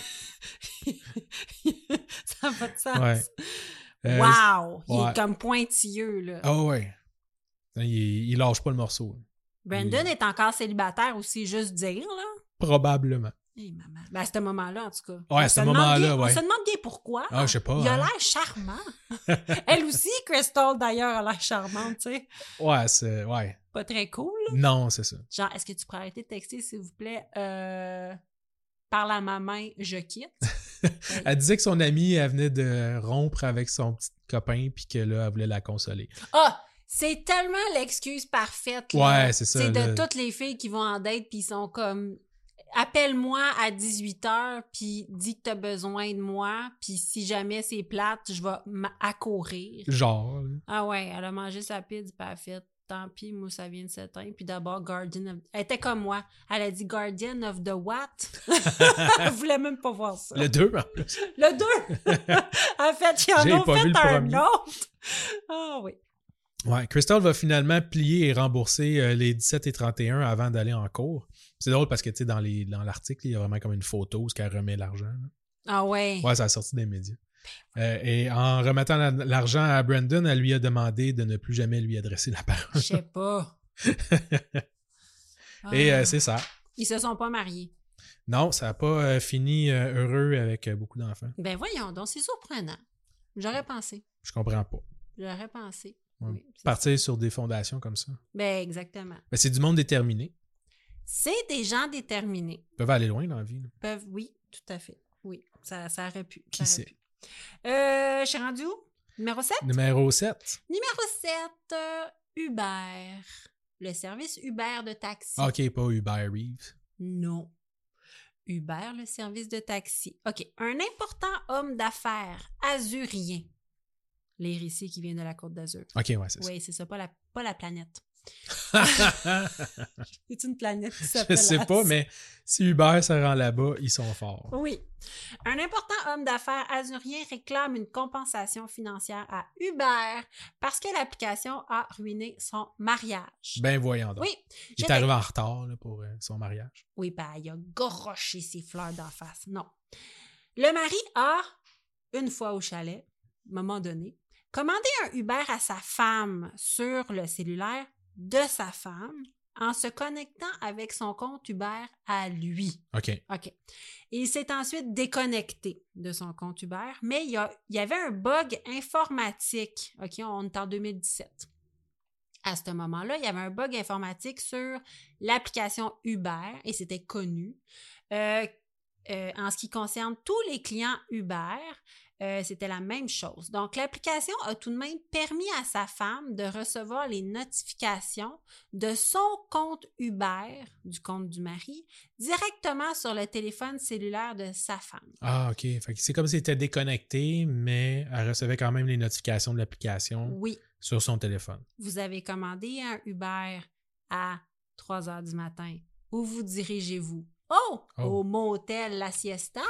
Ça n'a pas de sens. Ouais. Wow! Il ouais. est comme pointilleux, là. Ah ouais. Il lâche pas le morceau. Là. Brandon est encore célibataire aussi, juste dire, là. Probablement. Hey, maman. Ben, à ce moment-là, en tout cas. Ouais, à ce moment-là, On ouais. se demande bien pourquoi. Ah, je sais pas. Il a hein. l'air charmant. Elle aussi, Crystal, d'ailleurs, a l'air charmante, tu sais. Ouais, c'est... Ouais. Pas très cool, là. Non, c'est ça. Genre, est-ce que tu pourrais arrêter de texter, s'il vous plaît? Parle à ma main, je quitte. Elle disait que son amie, elle venait de rompre avec son petit copain puis que là, elle voulait la consoler. Ah! C'est tellement l'excuse parfaite, là. Ouais, c'est ça. C'est de là. toutes les filles qui vont en date puis ils sont comme... Appelle-moi à 18h puis dis que t'as besoin de moi puis si jamais c'est plate, je vais accourir. Genre. là. Ah ouais, elle a mangé sa pizza puis elle a fait tant pis, moi ça vient de s'éteindre. Puis d'abord, Guardian of... Elle était comme moi. Elle a dit Guardian of the what? Elle voulait même pas voir ça. Le 2, en plus. Le 2! En fait, il y en J'ai a pas vu fait le un premier. autre. Ah oui. Ouais, Crystal va finalement plier et rembourser les 17,31 avant d'aller en cours. C'est drôle parce que, tu sais, dans l'article, il y a vraiment comme une photo où elle remet l'argent. là. Ah ouais. Ouais, ça a sorti des médias. Et en remettant l'argent à Brandon, elle lui a demandé de ne plus jamais lui adresser la parole. Je sais pas. Et Ah. c'est ça. Ils se sont pas mariés. Non, ça n'a pas fini heureux avec beaucoup d'enfants. Ben voyons donc, c'est surprenant. J'aurais pensé. Je comprends pas. J'aurais pensé. Ouais. Oui, c'est Partir sur des fondations comme ça. Ben exactement. Ben, c'est du monde déterminé. C'est des gens déterminés. Ils peuvent aller loin dans la vie. là. Oui, tout à fait. Oui, ça aurait pu. Qui ça aurait sait? pu. Je suis rendue où? Numéro 7? Numéro 7. Numéro 7, Uber. Le service Uber de taxi. OK, pas Uber Reeves. Non. Uber, le service de taxi. OK. Un important homme d'affaires azurien. L'air ici qui vient de la Côte d'Azur. OK, ouais, c'est ça. Oui, c'est ça, pas la planète. C'est une planète qui Je s'appelle sais pas, As. mais si Uber se rend là-bas, ils sont forts. Oui. Un important homme d'affaires azurien réclame une compensation financière à Uber parce que l'application a ruiné son mariage. Ben voyons donc. Oui. Il est arrivé en retard là, pour son mariage. Oui, ben, il a goroché ses fleurs d'en face. Non. Le mari a, une fois au chalet, à un moment donné, commandé un Uber à sa femme sur le cellulaire de sa femme en se connectant avec son compte Uber à lui. OK. OK. Et il s'est ensuite déconnecté de son compte Uber, mais il y avait un bug informatique. OK, on est en 2017. À ce moment-là, il y avait un bug informatique sur l'application Uber et c'était connu. En ce qui concerne tous les clients Uber, c'était la même chose. Donc, l'application a tout de même permis à sa femme de recevoir les notifications de son compte Uber, du compte du mari, directement sur le téléphone cellulaire de sa femme. Ah, OK. Fait que c'est comme si elle était déconnectée, mais elle recevait quand même les notifications de l'application Oui, sur son téléphone. vous avez commandé un Uber à 3 heures du matin. Où vous dirigez-vous? Oh! Au motel La Siesta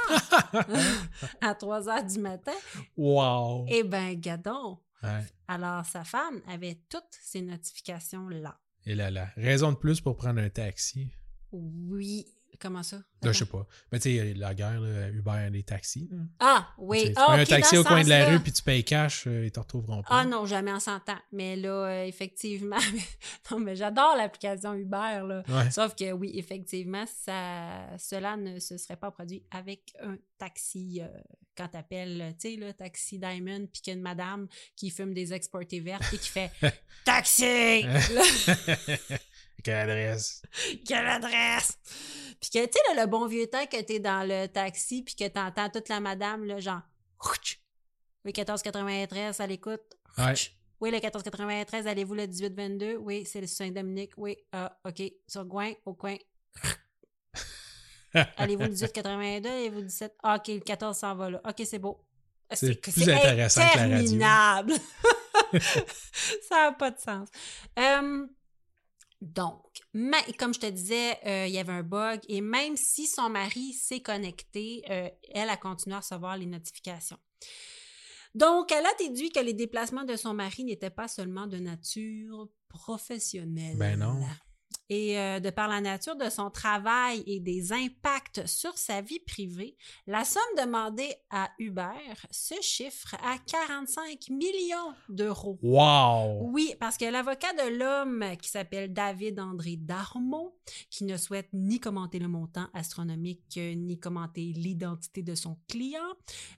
à 3 heures du matin. Wow! Eh bien, gadon! Ouais. Alors, sa femme avait toutes ces notifications-là. Et là, raison de plus pour prendre un taxi. Oui. Comment ça? Là, je sais pas. Mais tu sais, la guerre, là, Uber, les taxis. Là. Ah, oui. Tu prends un taxi au coin de la sens-là. rue puis tu payes cash, ils te retrouveront pas. Ah non, jamais en 100 ans. Mais là, effectivement, non, mais j'adore l'application Uber, là. Ouais. Sauf que oui, effectivement, cela ne se serait pas produit avec un taxi quand t'appelles, tu sais, là, Taxi Diamond, puis qu'il y a une madame qui fume des exportés vertes et qui fait « Taxi! » Quelle adresse? Quelle adresse? Puis que, tu sais, là, le bon vieux temps que t'es dans le taxi puis que t'entends toute la madame, là, genre « Oui, 1493, à l'écoute. Ouais. Oui, le 1493, allez-vous le 1822? Oui, c'est le Saint-Dominique. Oui, OK. Sur Gouin, au coin. Allez-vous le 1882? Allez-vous le 17? Ah, OK, le 14 s'en va là. OK, c'est beau. C'est plus intéressant que la radio. Interminable. Ça n'a pas de sens. Donc, comme je te disais, il y avait un bug et même si son mari s'est connecté, elle a continué à recevoir les notifications. Donc, elle a déduit que les déplacements de son mari n'étaient pas seulement de nature professionnelle. Ben non. Et de par la nature de son travail et des impacts sur sa vie privée, la somme demandée à Uber se chiffre à 45 millions d'euros. Wow! Oui, parce que l'avocat de l'homme qui s'appelle David-André Darmon, qui ne souhaite ni commenter le montant astronomique, ni commenter l'identité de son client,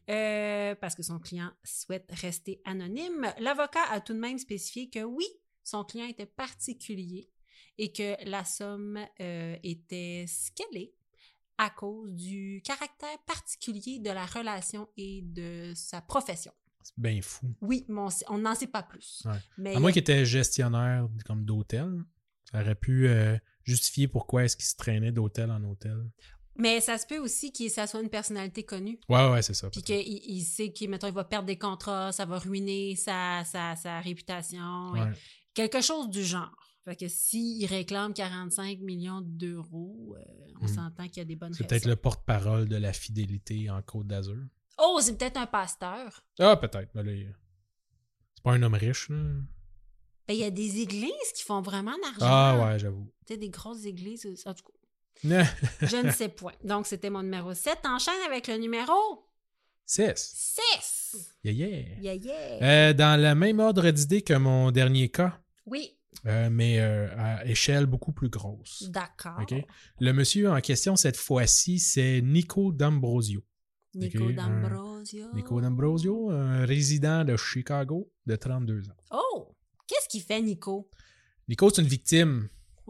parce que son client souhaite rester anonyme, l'avocat a tout de même spécifié que oui, son client était particulier et que la somme était ce qu'elle est à cause du caractère particulier de la relation et de sa profession. C'est bien fou. Oui, mais on n'en sait pas plus. Ouais. Mais à moins qu'il était gestionnaire comme d'hôtel, ça aurait pu justifier pourquoi est-ce qu'il se traînait d'hôtel en hôtel. Mais ça se peut aussi que ça soit une personnalité connue. Ouais, c'est ça. Puis qu'il sait qu'il va perdre des contrats, ça va ruiner sa réputation. Ouais. Quelque chose du genre. Fait que s'il réclame 45 millions d'euros, on s'entend qu'il y a des bonnes raisons. C'est peut-être le porte-parole de la fidélité en Côte d'Azur. Oh, c'est peut-être un pasteur. Ah, peut-être. Mais là, c'est pas un homme riche, là. Ben, il y a des églises qui font vraiment d'argent. Ah ouais, j'avoue. Tu sais, des grosses églises, en tout cas. Je Je ne sais point. Donc, c'était mon numéro 7. Enchaîne avec le numéro 6. 6. Yeah. Dans le même ordre d'idée que mon dernier cas, Oui. mais à échelle beaucoup plus grosse. D'accord. Okay? Le monsieur en question, cette fois-ci, c'est Nico D'Ambrosio. Nico Okay? D'Ambrosio, un résident de Chicago de 32 ans. Oh! Qu'est-ce qu'il fait, Nico? Nico, c'est une victime.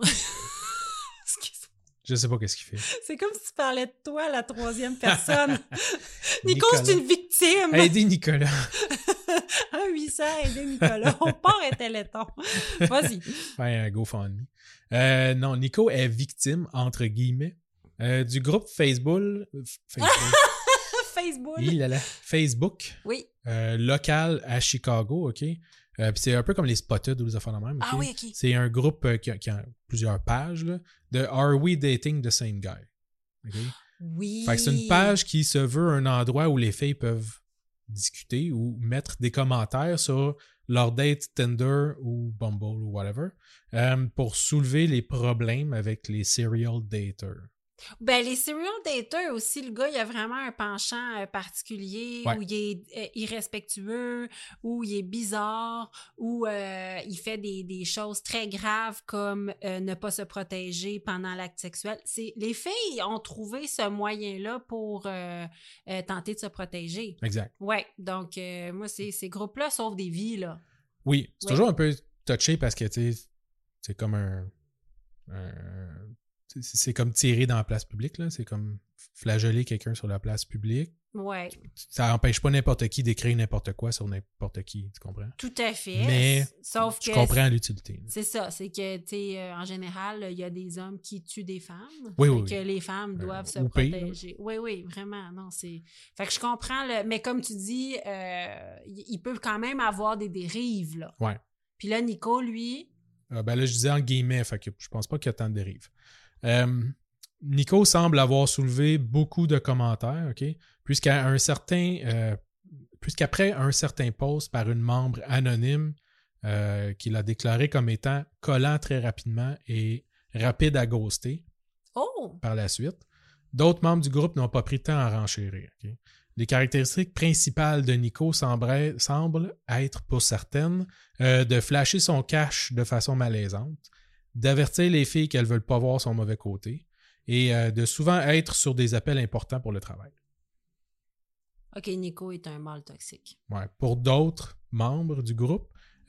Excuse-moi. Je sais pas qu'est-ce qu'il fait. C'est comme si tu parlais de toi à la troisième personne. Nico, Nicolas. c'est une victime! Aidez Nicolas. 1-800, aidez Nicolas. On part un téléthon. Vas-y. Un GoFundMe. Non, Nico est victime, entre guillemets, du groupe Facebook. Facebook. Facebook Oui. local à Chicago, OK? Puis c'est un peu comme les Spotted ou les affaires de même. Ah oui, OK. C'est un groupe qui a plusieurs pages là, de Are We Dating the Same Guy? Okay? Oui. Fait que c'est une page qui se veut un endroit où les filles peuvent discuter ou mettre des commentaires sur leur date Tinder ou Bumble ou whatever pour soulever les problèmes avec les serial daters. Ben, les serial daters aussi, le gars, il a vraiment un penchant particulier où il est irrespectueux, où il est bizarre, où il fait des choses très graves comme ne pas se protéger pendant l'acte sexuel. Les filles ont trouvé ce moyen-là pour tenter de se protéger. Exact. Ouais, donc moi, ces groupes-là sauvent des vies, là. Oui, c'est toujours un peu touché parce que, tu sais, c'est comme c'est comme tirer dans la place publique, là. C'est comme flageller quelqu'un sur la place publique. Ouais. Ça n'empêche pas n'importe qui d'écrire n'importe quoi sur n'importe qui, tu comprends? Tout à fait. Mais sauf je que comprends l'utilité. C'est ça, c'est que, tu sais, en général, il y a des hommes qui tuent des femmes. Oui, que les femmes doivent se pire, protéger. Oui, vraiment, non, c'est... Fait que je comprends, mais comme tu dis, il peut quand même avoir des dérives, là. Ouais. Puis là, Nico, lui... Ben là, je disais en guillemets, fait que je pense pas qu'il y a tant de dérives. Nico semble avoir soulevé beaucoup de commentaires, OK? Puisqu'après un certain post par une membre anonyme qu'il a déclaré comme étant collant très rapidement et rapide à ghoster par la suite, d'autres membres du groupe n'ont pas pris le temps à renchérir. Okay? Les caractéristiques principales de Nico semblent être, pour certaines, de flasher son cash de façon malaisante, d'avertir les filles qu'elles ne veulent pas voir son mauvais côté et de souvent être sur des appels importants pour le travail. OK, Nico est un mâle toxique. Ouais. Pour d'autres membres du groupe,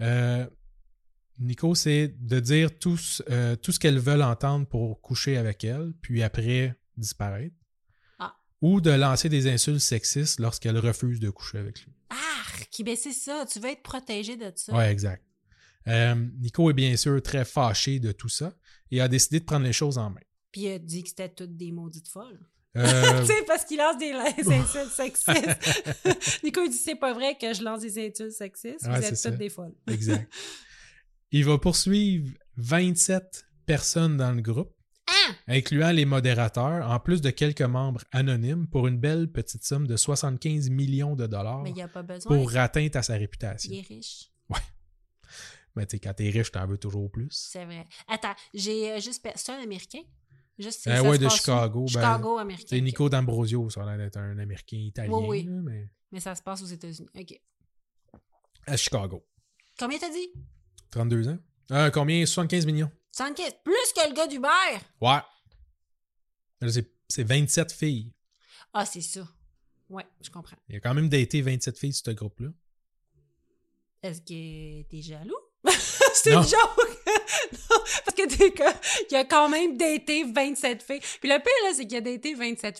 Nico, c'est de dire tout ce qu'elles veulent entendre pour coucher avec elle, puis après disparaître. Ou de lancer des insultes sexistes lorsqu'elle refuse de coucher avec lui. Ben c'est ça, tu veux être protégé de ça. Oui, exact. Nico est bien sûr très fâché de tout ça et a décidé de prendre les choses en main. Puis il a dit que c'était toutes des maudites folles. Tu Euh, sais, parce qu'il lance des insultes sexistes. Nico, il dit, c'est pas vrai que je lance des insultes sexistes. Ouais, vous êtes c'est toutes ça. des folles. Exact. Il va poursuivre 27 personnes dans le groupe, incluant les modérateurs, en plus de quelques membres anonymes, pour une belle petite somme de 75 millions de dollars Mais il n'y a pas besoin. pour atteinte à sa réputation. Il est riche. Ouais. Mais tu sais, quand t'es riche, t'en veux toujours plus. C'est vrai. Attends, j'ai juste... C'est un Américain? Juste, Ouais, de Chicago. Chicago, américain. C'est Nico D'Ambrosio, ça a l'air d'être un Américain italien. Oui. Là, Mais ça se passe aux États-Unis. OK. À Chicago. Combien t'as dit? 32 ans. Combien? 75 millions. 75. Plus que le gars d'Uber. Ouais. Là, c'est 27 filles. Ah, c'est ça. Ouais, je comprends. Il a quand même daté 27 filles sur ce groupe-là. Est-ce que t'es jaloux? C'est Non. une joke! Non, parce que il a quand même daté 27 filles. Puis le pire, là, c'est qu'il a daté 27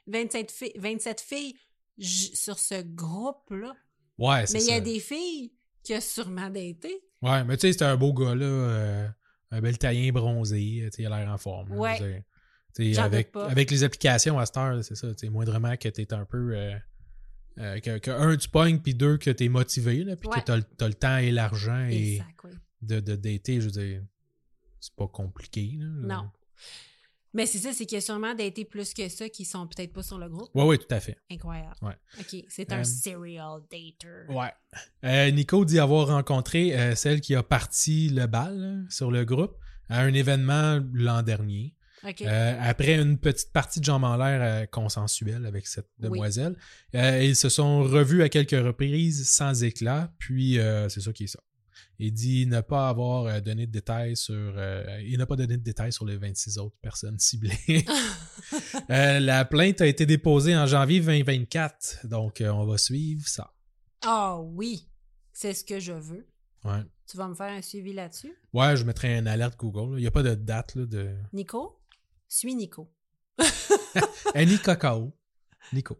filles sur ce groupe-là. Ouais, c'est ça. Mais il y a des filles qu'il a sûrement daté. Ouais, mais tu sais, c'était un beau gars, là. Un bel Italien bronzé. Tu sais, il a l'air en forme. Ouais. Je veux dire. Tu sais, J'en doute pas. avec les applications à cette heure, c'est ça. Tu sais, moindrement que t'es un peu... que un, tu pognes, puis deux, que t'es motivé, là, puis Ouais. que t'as le temps et l'argent et Exact, oui. de dater, je veux dire, c'est pas compliqué. Là. Non. Mais c'est ça, c'est qu'il y a sûrement daté plus que ça qui sont peut-être pas sur le groupe. Oui, tout à fait. Incroyable. Ouais. OK, c'est un serial dater. Ouais. Nico dit avoir rencontré celle qui a parti le bal là, sur le groupe à un événement l'an dernier. OK. Après une petite partie de jambes en l'air consensuelle avec cette demoiselle. Ils se sont revus à quelques reprises sans éclat, puis c'est ça qui est ça. Il dit ne pas avoir donné de détails sur... il n'a pas donné de détails sur les 26 autres personnes ciblées. La plainte a été déposée en janvier 2024, donc on va suivre ça. Ah oui, c'est ce que je veux. Ouais. Tu vas me faire un suivi là-dessus? Ouais, je mettrai une alerte Google. Il n'y a pas de date là, de... Nico? Suis Nico. Annie Cacao. Nico.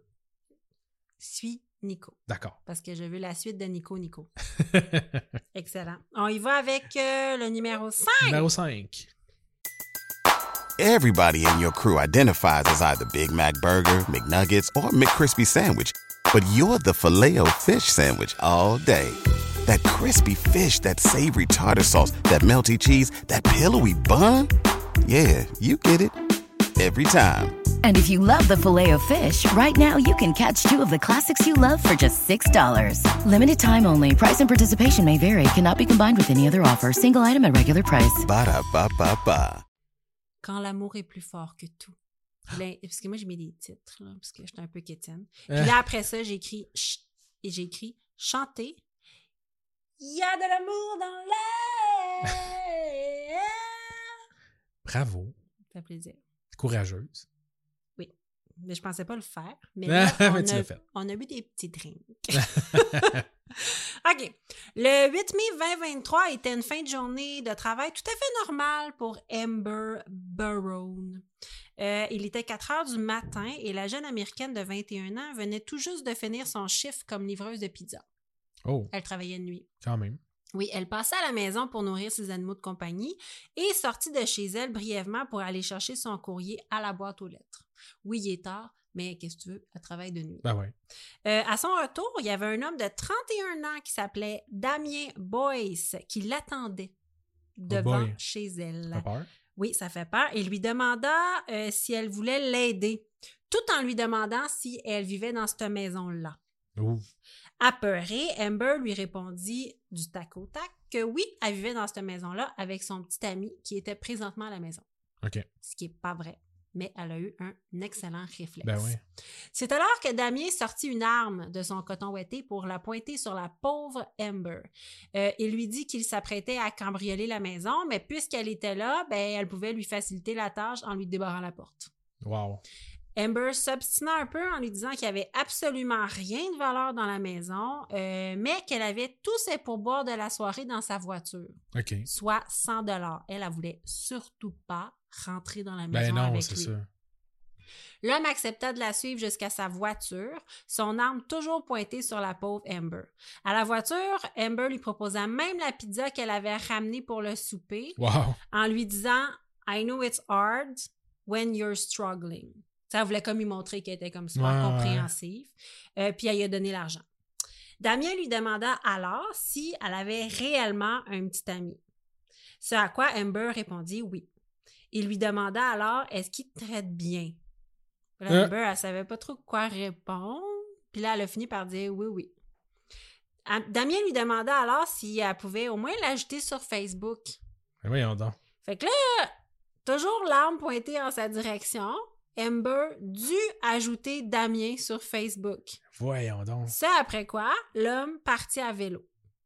Suis Nico. D'accord. Parce que je veux la suite de Nico. Excellent. On y va avec le numéro 5. Numéro 5. Everybody in your crew identifies as either Big Mac Burger, McNuggets, or McCrispy Sandwich. But you're the Filet-O-Fish Sandwich all day. That crispy fish, that savory tartar sauce, that melty cheese, that pillowy bun. Yeah, you get it. Every time. And if you love the Filet-O-Fish, right now you can catch two of the classics you love for just $6. Limited time only. Price and participation may vary. Cannot be combined with any other offer. Single item at regular price. Ba-da-ba-ba-ba. Quand l'amour est plus fort que tout. Là, parce que moi, je mets des titres, là, parce que j'étais un peu quétaine. Puis là, après ça, j'ai écrit chanter. Il y a de l'amour dans l'air. Bravo. Ça fait plaisir. Courageuse. Oui. Mais je pensais pas le faire. Mais là, on a bu des petits drinks. OK. Le 8 mai 2023 était une fin de journée de travail tout à fait normale pour Amber Barone. Il était 4 heures du matin et la jeune Américaine de 21 ans venait tout juste de finir son chiffre comme livreuse de pizza. Oh. Elle travaillait de nuit. Quand même. Oui, elle passait à la maison pour nourrir ses animaux de compagnie et sortit de chez elle brièvement pour aller chercher son courrier à la boîte aux lettres. Oui, il est tard, mais qu'est-ce que tu veux, elle travaille de nuit. Ben ouais. À son retour, il y avait un homme de 31 ans qui s'appelait Damien Boyce qui l'attendait devant chez elle. Ça fait peur? Oui, ça fait peur. Il lui demanda si elle voulait l'aider, tout en lui demandant si elle vivait dans cette maison-là. Ouh. Apeurée, Amber lui répondit du tac au tac que oui, elle vivait dans cette maison-là avec son petit ami qui était présentement à la maison. OK. Ce qui n'est pas vrai, mais elle a eu un excellent réflexe. Ben oui. C'est alors que Damien sortit une arme de son coton ouaté pour la pointer sur la pauvre Amber. Il lui dit qu'il s'apprêtait à cambrioler la maison, mais puisqu'elle était là, ben, elle pouvait lui faciliter la tâche en lui débarrant la porte. Wow. Amber s'obstina un peu en lui disant qu'il n'y avait absolument rien de valeur dans la maison, mais qu'elle avait tous ses pourboires de la soirée dans sa voiture, OK. soit 100 $. Elle voulait surtout pas rentrer dans la maison avec lui. Ça. L'homme accepta de la suivre jusqu'à sa voiture, son arme toujours pointée sur la pauvre Amber. À la voiture, Amber lui proposa même la pizza qu'elle avait ramenée pour le souper, Wow. en lui disant « I know it's hard when you're struggling ». Ça voulait comme lui montrer qu'elle était comme super compréhensive. Puis elle lui a donné l'argent. Damien lui demanda alors si elle avait réellement un petit ami. Ce à quoi Amber répondit oui. Il lui demanda alors est-ce qu'il te traite bien. Là, Amber, elle savait pas trop quoi répondre. Puis là, elle a fini par dire oui. Damien lui demanda alors si elle pouvait au moins l'ajouter sur Facebook. Ben voyons donc. Fait que là, toujours l'arme pointée en sa direction. Amber dut ajouter Damien sur Facebook. Voyons donc. Ça, après quoi, l'homme partit à vélo.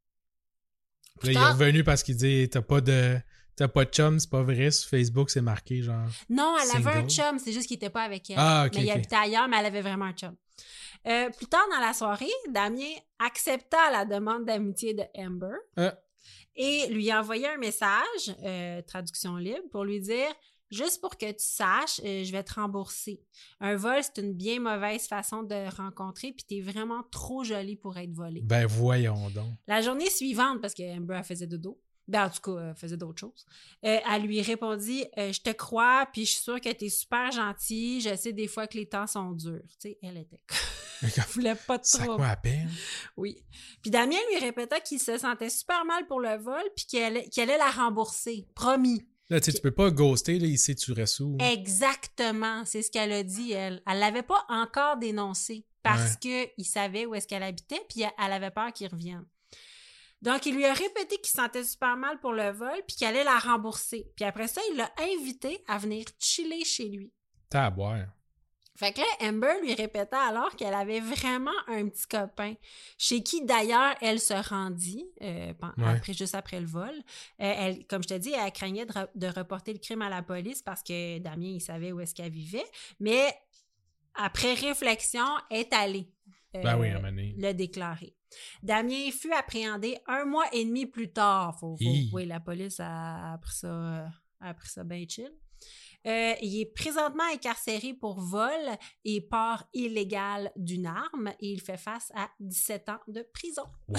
Là, il est revenu parce qu'il dit t'as pas de chum, c'est pas vrai, sur Facebook, c'est marqué genre. Non, elle single. avait un chum, c'est juste qu'il était pas avec elle. Ah, OK. Mais il habitait ailleurs, mais elle avait vraiment un chum. Plus tard dans la soirée, Damien accepta la demande d'amitié de Amber et lui envoya un message, traduction libre, pour lui dire juste pour que tu saches, je vais te rembourser. Un vol, c'est une bien mauvaise façon de rencontrer, puis t'es vraiment trop jolie pour être volée. Ben voyons donc. La journée suivante, parce que Amber, elle faisait dodo, ben en tout cas, elle faisait d'autres choses, elle lui répondit « Je te crois, puis je suis sûre que t'es super gentille, je sais des fois que les temps sont durs. » Tu sais, elle était... Elle voulait pas de Ça trop. quoi à peine? Oui. Puis Damien lui répéta qu'il se sentait super mal pour le vol, puis qu'il allait la rembourser. Promis. Là, tu sais, tu peux pas ghoster, là, ici, tu restes où? Exactement, c'est ce qu'elle a dit, elle. Elle l'avait pas encore dénoncé parce qu'il savait où est-ce qu'elle habitait, puis elle avait peur qu'il revienne. Donc, il lui a répété qu'il se sentait super mal pour le vol, puis qu'il allait la rembourser. Puis après ça, il l'a invité à venir chiller chez lui. T'as à boire. Fait que là, Amber lui répéta alors qu'elle avait vraiment un petit copain, chez qui d'ailleurs elle se rendit juste après le vol. Elle, comme je te dis, elle craignait de reporter le crime à la police parce que Damien, il savait où est-ce qu'elle vivait. Mais après réflexion, elle est allée le déclarer. Damien fut appréhendé 1 mois et demi plus tard. Oui, la police a appris ça bien chill. Il est présentement incarcéré pour vol et port illégal d'une arme et il fait face à 17 ans de prison. Wow!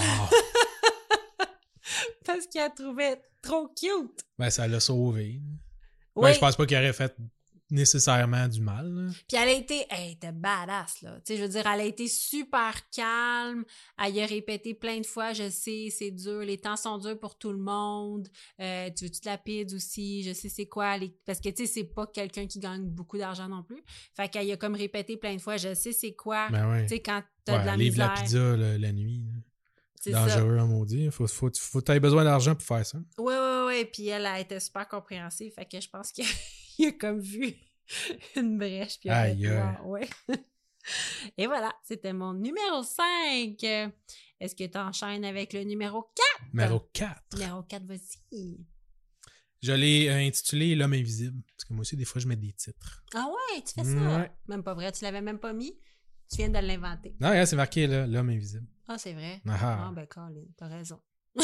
Parce qu'il la trouvait trop cute. Ben, ça l'a sauvé. Oui. Ben, je pense pas qu'il aurait fait nécessairement du mal. Là. Puis elle était badass, là. Tu sais, je veux dire, elle a été super calme. Elle y a répété plein de fois, je sais, c'est dur, les temps sont durs pour tout le monde. Tu veux-tu de la pide aussi? Je sais c'est quoi. Parce que, tu sais, c'est pas quelqu'un qui gagne beaucoup d'argent non plus. Fait qu'elle y a comme répété plein de fois, je sais c'est quoi. Ben ouais. Tu sais, quand t'as de la livre misère. la pizza la nuit. Là. C'est dangereux ça. en maudit. Faut que tu aies besoin d'argent pour faire ça. Ouais. Puis elle a été super compréhensive. Fait que je pense qu'il a comme vu une brèche. Puis il a fait, wow, ouais. Et voilà, c'était mon numéro 5. Est-ce que tu enchaînes avec le numéro 4? Numéro 4. Numéro 4, vas-y. Je l'ai intitulé L'homme invisible. Parce que moi aussi, des fois, je mets des titres. Ah ouais, tu fais ça? Ouais. Même pas vrai, tu l'avais même pas mis. Tu viens de l'inventer. Non, regarde, c'est marqué là, L'homme invisible. Ah, c'est vrai? Ah. Ah, ben, Colin, t'as raison.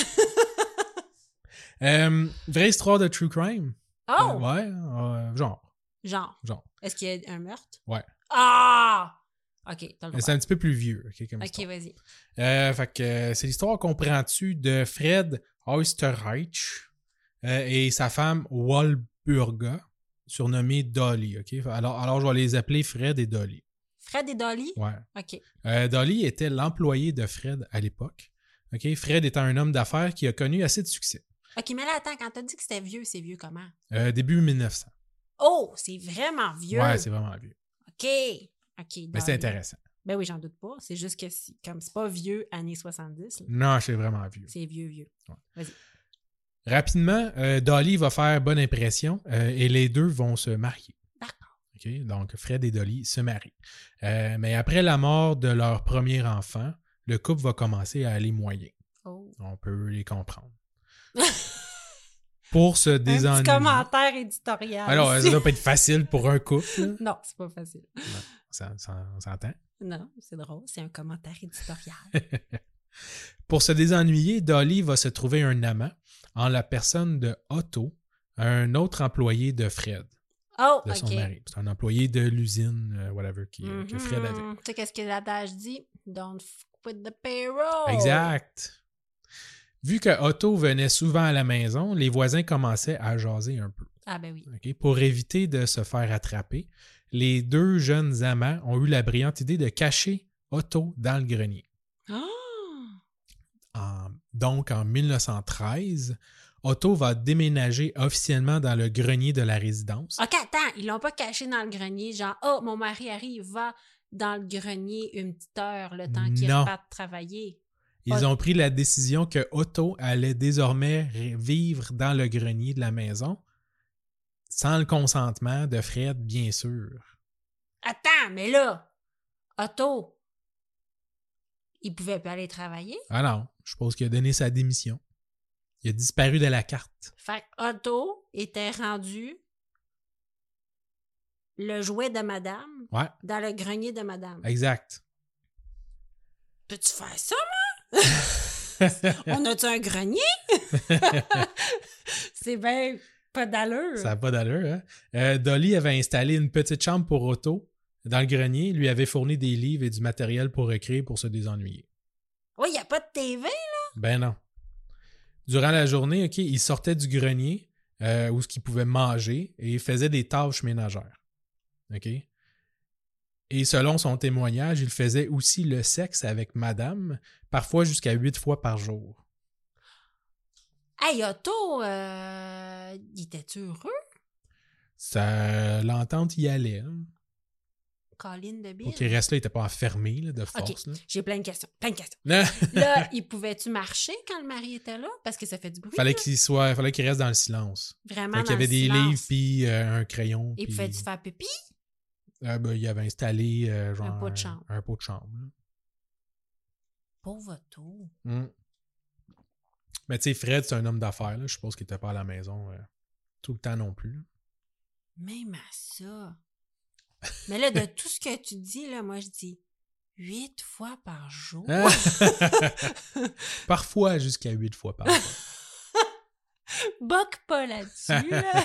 Vraie histoire de true crime. Oh! Ouais, genre. Est-ce qu'il y a un meurtre? Ouais. Ah! OK, t'as le droit. C'est un petit peu plus vieux, comme OK, histoire. vas-y. Fait que c'est l'histoire, comprends-tu, de Fred Oysterreich et sa femme Walburga, surnommée Dolly, OK? Alors, je vais les appeler Fred et Dolly. Fred et Dolly? Ouais. OK. Dolly était l'employé de Fred à l'époque. OK? Fred était un homme d'affaires qui a connu assez de succès. OK, mais là, attends, quand t'as dit que c'était vieux, c'est vieux comment? Début 1900. Oh, c'est vraiment vieux. Ouais, c'est vraiment vieux. OK. Mais c'est intéressant. Ben oui, j'en doute pas. C'est juste que comme c'est pas vieux années 70. Là. Non, c'est vraiment vieux. C'est vieux. Ouais. Vas-y. Rapidement, Dolly va faire bonne impression et les deux vont se marier. D'accord. Okay? Donc, Fred et Dolly se marient. Mais après la mort de leur premier enfant, le couple va commencer à aller moyen. Oh. On peut les comprendre. Pour se Un désennuyer. petit commentaire éditorial. Alors, ici. ça doit pas être facile pour un couple. Là. Non, c'est pas facile. Non, on s'entend. Non, c'est drôle. C'est un commentaire éditorial. Pour se désennuyer, Dolly va se trouver un amant en la personne de Otto, un autre employé de Fred, Oh, de son OK. mari. C'est un employé de l'usine, whatever, que Fred avait. Tu sais qu'est-ce que l'adage dit? Don't f with the payroll. Exact. Vu que Otto venait souvent à la maison, les voisins commençaient à jaser un peu. Ah ben oui. Okay? Pour éviter de se faire attraper, les deux jeunes amants ont eu la brillante idée de cacher Otto dans le grenier. Oh! Donc, en 1913, Otto va déménager officiellement dans le grenier de la résidence. OK, attends, ils l'ont pas caché dans le grenier, genre, oh, mon mari arrive, va dans le grenier une petite heure, le temps qu'il Non. reparte travailler. Ils ont pris la décision que Otto allait désormais vivre dans le grenier de la maison, sans le consentement de Fred, bien sûr. Attends, mais là, Otto, il pouvait pas aller travailler? Ah non, je suppose qu'il a donné sa démission. Il a disparu de la carte. Fait que Otto était rendu le jouet de madame Ouais, dans le grenier de madame. exact. Peux-tu faire ça, moi? On a-tu un grenier? C'est bien pas d'allure. Ça n'a pas d'allure, hein? Dolly avait installé une petite chambre pour Otto dans le grenier, lui avait fourni des livres et du matériel pour écrire pour se désennuyer. Oui, il n'y a pas de TV. Ben non. Durant la journée, OK, il sortait du grenier où ce qu'il pouvait manger et il faisait des tâches ménagères. OK? Et selon son témoignage, il faisait aussi le sexe avec madame, parfois jusqu'à 8 fois par jour. Hey, Otto, il était heureux? L'entente y allait. Hein? Colin de Bill. Pour qu'il reste là, il n'était pas enfermé là, de force. OK, Là. j'ai plein de questions. Non. Là, il pouvait-tu marcher quand le mari était là? Parce que ça fait du bruit. Fallait là. qu'il reste dans le silence. Vraiment Fait qu'il y dans avait le des silence. livres puis un crayon. Et puis pouvait-tu faire pipi? il avait installé genre, Un pot de chambre. Un pot de chambre. Là. Pauvre Otto. Mais tu sais, Fred, c'est un homme d'affaires. Là. Je suppose qu'il n'était pas à la maison tout le temps non plus. Là. Même à ça. Mais là, de tout ce que tu dis, là, moi, je dis 8 fois par jour. Hein? Parfois jusqu'à 8 fois par jour. Boque pas là-dessus, là.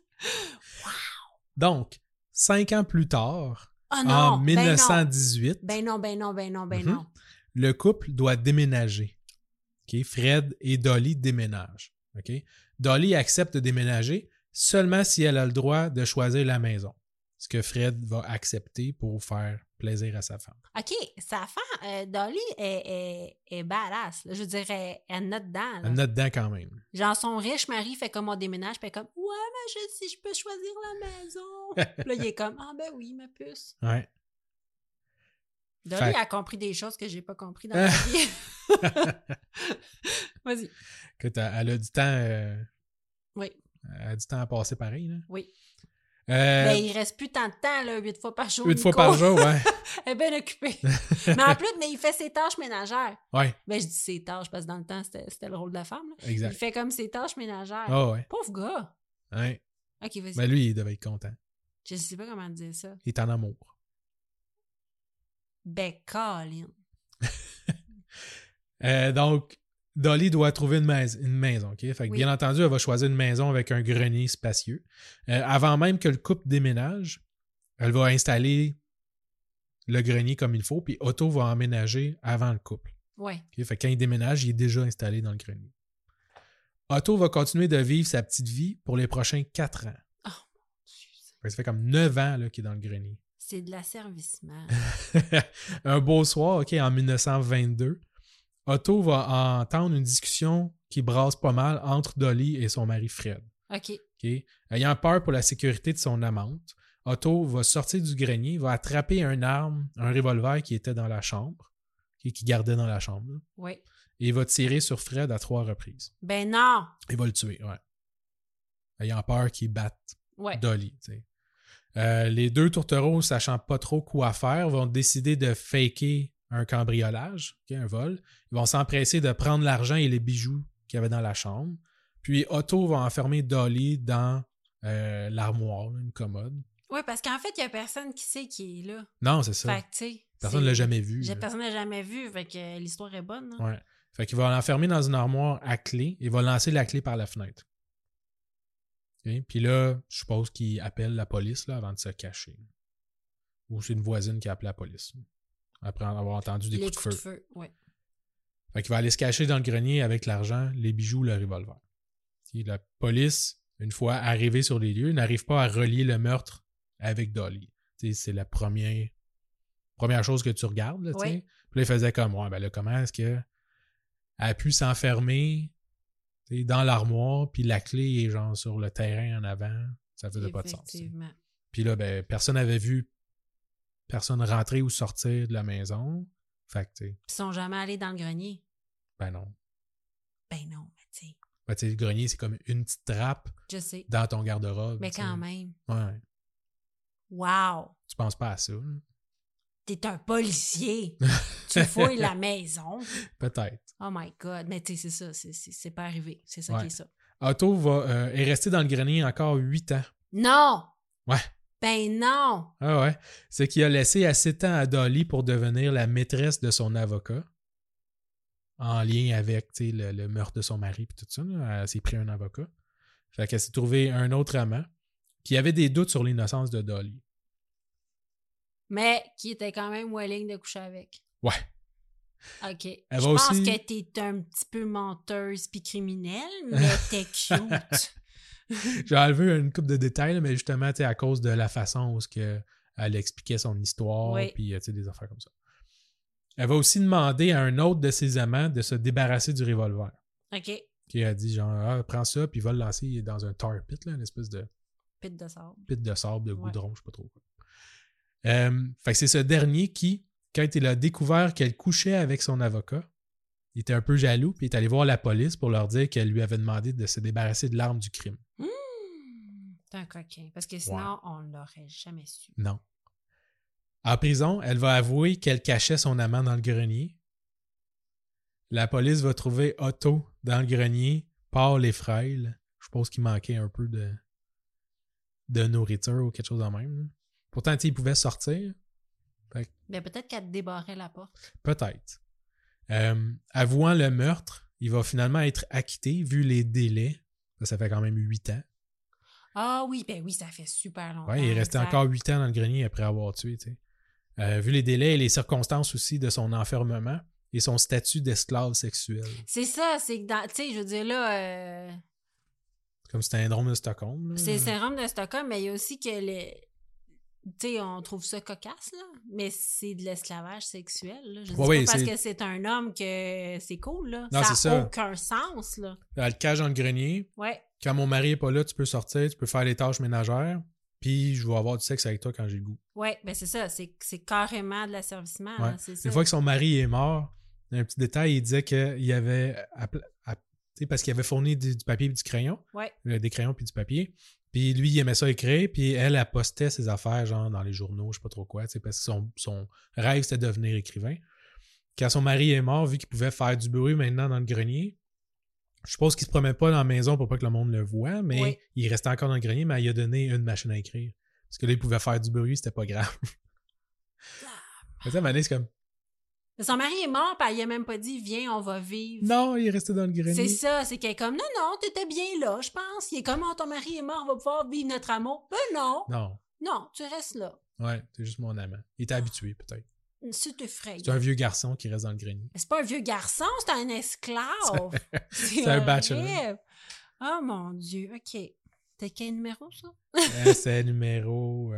Donc, 5 ans plus tard, Oh non, en 1918, Ben non. le couple doit déménager. Okay? Fred et Dolly déménagent. Okay? Dolly accepte de déménager seulement si elle a le droit de choisir la maison. ce que Fred va accepter pour faire plaisir à sa femme. OK, sa femme, Dolly, est badass. Là. Je dirais, elle note dedans. Là. Elle note dedans quand même. Genre, son riche mari fait comme on déménage, puis elle est comme, ouais, mais si je peux choisir la maison. Puis là, il est comme, ah ben oui, ma puce. Ouais. Dolly a compris des choses que j'ai pas compris dans ma vie. Vas-y. Écoute, elle a du temps. Oui. Elle a du temps à passer pareil, là. Oui. Mais il reste plus tant de temps, là, 8 fois par jour. 8 fois par jour, ouais. Elle est bien occupée. Mais en plus, il fait ses tâches ménagères. Ouais. Ben, je dis ses tâches parce que dans le temps, c'était le rôle de la femme. Là. Exact. Il fait comme ses tâches ménagères. Oh, ouais. Pauvre gars. Ouais. OK, vas-y. Mais lui, il devait être content. Je sais pas comment dire ça. Il est en amour. Ben, Colin. Donc, Dolly doit trouver une maison, OK? Fait que, bien entendu, elle va choisir une maison avec un grenier spacieux. Avant même que le couple déménage, elle va installer le grenier comme il faut, puis Otto va emménager avant le couple. Ouais. Okay? Fait que quand il déménage, il est déjà installé dans le grenier. Otto va continuer de vivre sa petite vie pour les prochains 4 ans. Oh, mon Dieu. Ça fait comme 9 ans là, qu'il est dans le grenier. C'est de l'asservissement. Un beau soir, OK, en 1922, Otto va entendre une discussion qui brasse pas mal entre Dolly et son mari Fred. OK. Ayant peur pour la sécurité de son amante, Otto va sortir du grenier, va attraper un arme, un revolver qui était dans la chambre, qui gardait dans la chambre, Oui. et il va tirer sur Fred à 3 reprises. Ben non! Il va le tuer, ouais. Ayant peur qu'il batte Dolly, tu sais. Les deux tourtereaux, sachant pas trop quoi faire, vont décider de faker un cambriolage, un vol. Ils vont s'empresser de prendre l'argent et les bijoux qu'il y avait dans la chambre. Puis Otto va enfermer Dolly dans l'armoire, une commode. Oui, parce qu'en fait, il n'y a personne qui sait qui est là. Non, c'est ça. Fait que, tu sais. Personne ne l'a jamais vu. Personne ne l'a jamais vu, fait que l'histoire est bonne. Hein? Ouais. Fait qu'il va l'enfermer dans une armoire à clé et va lancer la clé par la fenêtre. Okay? Puis là, je suppose qu'il appelle la police là, avant de se cacher. Ou c'est une voisine qui a appelé la police. Après avoir entendu des coups de feu. Ouais. Fait qu'il va aller se cacher dans le grenier avec l'argent, les bijoux, le revolver. Et la police, une fois arrivée sur les lieux, n'arrive pas à relier le meurtre avec Dolly. T'sais, c'est la première chose que tu regardes. Là, oui. Puis là, il faisait comme, ouais, ben là, comment est-ce qu'elle a pu s'enfermer dans l'armoire, puis la clé est genre sur le terrain en avant? Ça faisait pas de sens. Effectivement. Puis là, ben, personne n'avait vu personne rentrer ou sortir de la maison. Fait que, tu sais. Ils sont jamais allés dans le grenier. Ben non. Ben non, mais tu sais. Ben, tu sais, le grenier, c'est comme une petite trappe Je sais. dans ton garde-robe. Mais quand même. Ouais. Wow! Tu penses pas à ça, là? T'es un policier. Tu fouilles la maison. Peut-être. Oh my God. Mais tu sais, c'est ça. C'est pas arrivé. C'est ça qui est ça. Otto est resté dans le grenier encore 8 ans. Non! Ouais. Ben non! Ah ouais. C'est qu'il a laissé assez de temps à Dolly pour devenir la maîtresse de son avocat. En lien avec le meurtre de son mari et tout ça. Là. Elle s'est pris un avocat. Fait qu'elle s'est trouvé un autre amant qui avait des doutes sur l'innocence de Dolly. Mais qui était quand même willing de coucher avec. Ouais. OK. Elle Je va pense aussi... que t'es un petit peu menteuse puis criminelle, mais t'es cute. J'ai enlevé une couple de détails, là, mais justement, à cause de la façon où elle expliquait son histoire, puis des affaires comme ça. Elle va aussi demander à un autre de ses amants de se débarrasser du revolver. OK. Qui a dit genre, prends ça, puis va le lancer dans un tar pit, là, une espèce de... Pit de sable. Pit de sable, de goudron, je sais pas trop quoi. Fait que c'est ce dernier qui, quand il a découvert qu'elle couchait avec son avocat, il était un peu jaloux, puis il est allé voir la police pour leur dire qu'elle lui avait demandé de se débarrasser de l'arme du crime. T'es un coquin, parce que sinon, on l'aurait jamais su. Non. En prison, elle va avouer qu'elle cachait son amant dans le grenier. La police va trouver Otto dans le grenier, pâle et frêle. Je suppose qu'il manquait un peu de nourriture ou quelque chose de même. Pourtant, il pouvait sortir. Mais peut-être qu'elle débarrait la porte. Peut-être. Avouant le meurtre, il va finalement être acquitté vu les délais. Ça fait quand même 8 ans. Ah oui, ben oui, ça fait super longtemps. Ouais, il est resté encore 8 ans dans le grenier après avoir tué. Vu les délais et les circonstances aussi de son enfermement et son statut d'esclave sexuel. C'est ça, c'est que tu sais, je veux dire là... Comme syndrome de Stockholm. Là. C'est le syndrome de Stockholm, mais il y a aussi que tu sais, on trouve ça cocasse, là, mais c'est de l'esclavage sexuel, là. Je dis Oui, pas parce c'est- que c'est un homme que c'est cool, là. Non, ça c'est n'a ça. aucun sens, là. Elle le cache dans le grenier. Ouais. Quand mon mari est pas là, tu peux sortir, tu peux faire les tâches ménagères, puis je vais avoir du sexe avec toi quand j'ai le goût. Ouais, ben c'est ça. C'est carrément de l'asservissement, Ouais. là, c'est ça. Une fois que son mari est mort, un petit détail, il disait qu'il y avait, tu sais, parce qu'il avait fourni du papier et du crayon, Ouais. des crayons puis du papier, puis lui, il aimait ça écrire, puis elle postait ses affaires, genre, dans les journaux, je sais pas trop quoi, tu sais, parce que son rêve, c'était de devenir écrivain. Quand son mari est mort, vu qu'il pouvait faire du bruit maintenant dans le grenier, je suppose qu'il se promène pas dans la maison pour pas que le monde le voie, mais Oui. il restait encore dans le grenier, mais il a donné une machine à écrire. Parce que là, il pouvait faire du bruit, c'était pas grave. Mais ça, à un moment donné, c'est comme, Son mari est mort, puis il a même pas dit « Viens, on va vivre ». non, il est resté dans le grenier. C'est ça, c'est qu'elle est comme « Non, t'étais bien là, je pense. » Il est comme « Oh, ton mari est mort, on va pouvoir vivre notre amour. » Ben non, Non, tu restes là. ouais, c'est juste mon amant. Il était habitué, peut-être. C'est effrayant. C'est un vieux garçon qui reste dans le grenier. C'est pas un vieux garçon, c'est un esclave. C'est un bachelor. horrible. Oh mon Dieu, OK. T'as quel numéro, ça? C'est numéro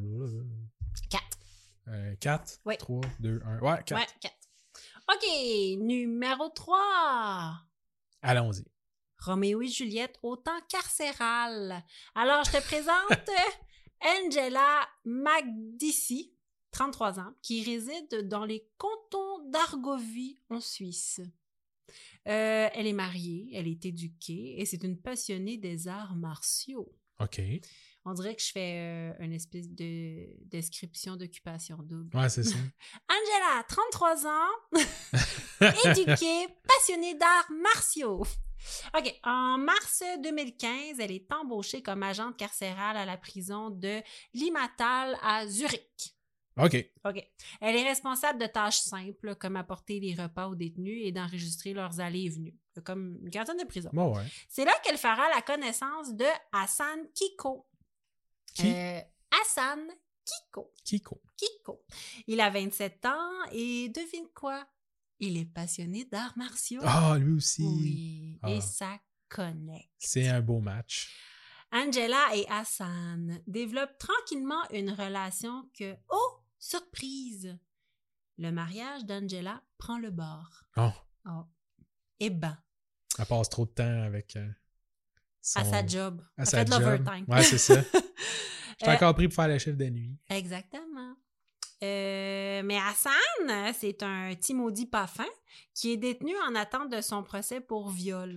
4. 4, Oui. 3, 2, 1. Ouais, 4. Ouais, 4. OK, numéro 3. Allons-y. Roméo et Juliette au temps carcéral. Alors, je te présente Angela Magdici, 33 ans, qui réside dans les cantons d'Argovie, en Suisse. Elle est mariée, elle est éduquée et c'est une passionnée des arts martiaux. OK. On dirait que je fais une espèce de description d'occupation double. Ouais, c'est ça. Angela, 33 ans, éduquée, passionnée d'arts martiaux. OK. En mars 2015, elle est embauchée comme agente carcérale à la prison de Limmatal à Zurich. OK. OK. Elle est responsable de tâches simples comme apporter les repas aux détenus et d'enregistrer leurs allées et venues, comme une gardienne de prison. Bon, ouais. C'est là qu'elle fera la connaissance de Hassan Kiko. Qui? Hassan Kiko. Kiko. Il a 27 ans et devine quoi? Il est passionné d'arts martiaux. Ah, lui aussi. Oui, Ah. et ça connecte. C'est un beau match. Angela et Hassan développent tranquillement une relation que, oh, surprise! Le mariage d'Angela prend le bord. Oh, Oh. Et ben, elle passe trop de temps avec son... à sa job. À Elle sa fait de job. l'overtime. Ouais, c'est ça. J'étais encore pris pour faire le chiffre de nuit. Exactement. Mais Hassan, c'est un petit maudit pas fin qui est détenu en attente de son procès pour viol.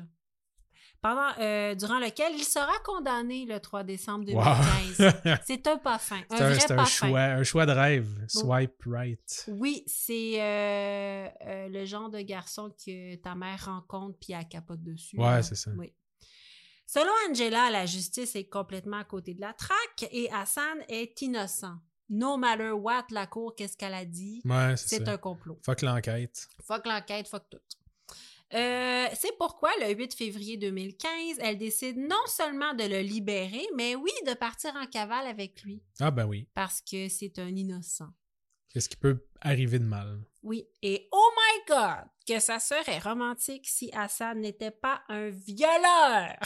Durant lequel il sera condamné le 3 décembre 2015. Wow. C'est un pas fin. C'est un choix de rêve. Swipe right. Oui, c'est le genre de garçon que ta mère rencontre puis elle capote dessus. Ouais, c'est ça. Oui. Selon Angela, la justice est complètement à côté de la traque et Hassan est innocent. No matter what, la cour, qu'est-ce qu'elle a dit? Ouais, C'est ça. un complot. Fuck l'enquête. Fuck l'enquête, fuck tout. C'est pourquoi, le 8 février 2015, elle décide non seulement de le libérer, mais oui, de partir en cavale avec lui. Ah ben oui. Parce que c'est un innocent. Qu'est-ce qui peut arriver de mal? Oui. Et oh my God, que ça serait romantique si Hassan n'était pas un violeur!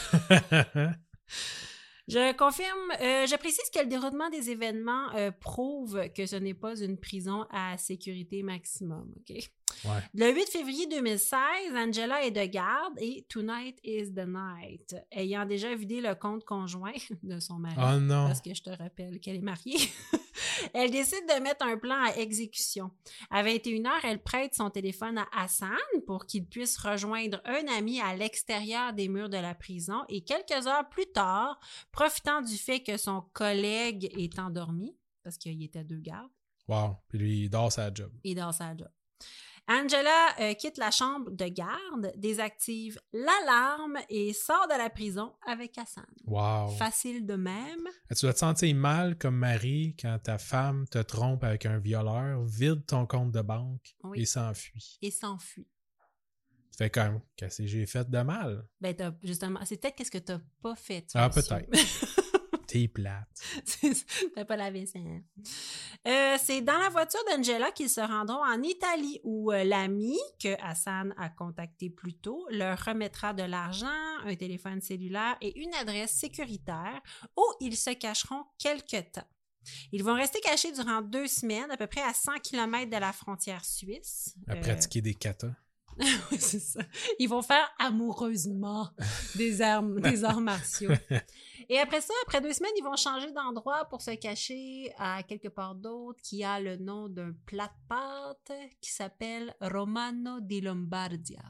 Je confirme, je précise que le déroulement des événements prouve que ce n'est pas une prison à sécurité maximum, OK? Ouais. Le 8 février 2016, Angela est de garde et Tonight is the night. Ayant déjà vidé le compte conjoint de son mari, Oh non. parce que je te rappelle qu'elle est mariée, elle décide de mettre un plan à exécution. À 21h, elle prête son téléphone à Hassan pour qu'il puisse rejoindre un ami à l'extérieur des murs de la prison et quelques heures plus tard, profitant du fait que son collègue est endormi, parce qu'il était deux gardes, Wow. Puis lui, il dort sa job. et dans sa job. Angela quitte la chambre de garde, désactive l'alarme et sort de la prison avec Hassan. Wow. Facile de même. Tu dois te sentir mal comme mari quand ta femme te trompe avec un violeur, vide ton compte de banque Oui. et s'enfuit. Et s'enfuit. Tu fais comme, qu'est-ce que j'ai fait de mal? Ben, justement, c'est peut-être qu'est-ce que t'as pas fait. Tu Ah, monsieur. peut-être. T'es plate. T'as pas la vaisselle. C'est dans la voiture d'Angela qu'ils se rendront en Italie où l'ami que Hassan a contacté plus tôt leur remettra de l'argent, un téléphone cellulaire et une adresse sécuritaire où ils se cacheront quelque temps. Ils vont rester cachés durant 2 semaines, à peu près à 100 km de la frontière suisse. À pratiquer des katas. Oui, c'est ça. Ils vont faire amoureusement des arts martiaux. Et après ça, après 2 semaines, ils vont changer d'endroit pour se cacher à quelque part d'autre qui a le nom d'un plat de pâtes qui s'appelle Romano di Lombardia.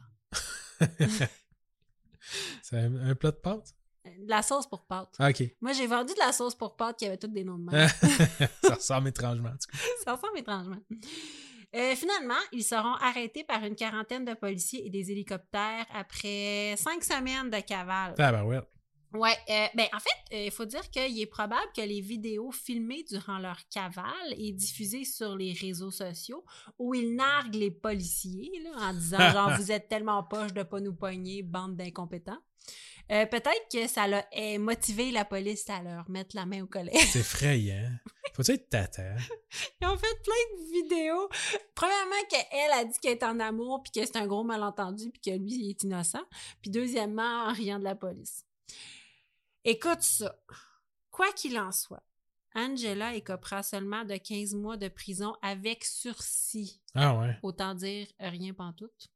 C'est un plat de pâtes? De la sauce pour pâtes. Ah, OK. Moi, j'ai vendu de la sauce pour pâtes qui avait toutes des noms de même. Ça ressemble étrangement. En tout cas. Ça ressemble étrangement. Finalement, ils seront arrêtés par une quarantaine de policiers et des hélicoptères après 5 semaines de cavale. Ah, ben ouais. Ouais, en fait, il faut dire qu'il est probable que les vidéos filmées durant leur cavale et diffusées sur les réseaux sociaux où ils narguent les policiers là, en disant genre vous êtes tellement poches de pas nous pogner, bande d'incompétents. Peut-être que ça a motivé la police à leur mettre la main au collet. C'est effrayant. Faut-tu être tata? Ils ont fait plein de vidéos. Premièrement, qu'elle a dit qu'elle est en amour puis que c'est un gros malentendu puis que lui, il est innocent. Puis deuxièmement, en riant de la police. Écoute ça. Quoi qu'il en soit, Angela écopera seulement de 15 mois de prison avec sursis. Ah ouais. Autant dire rien pantoute.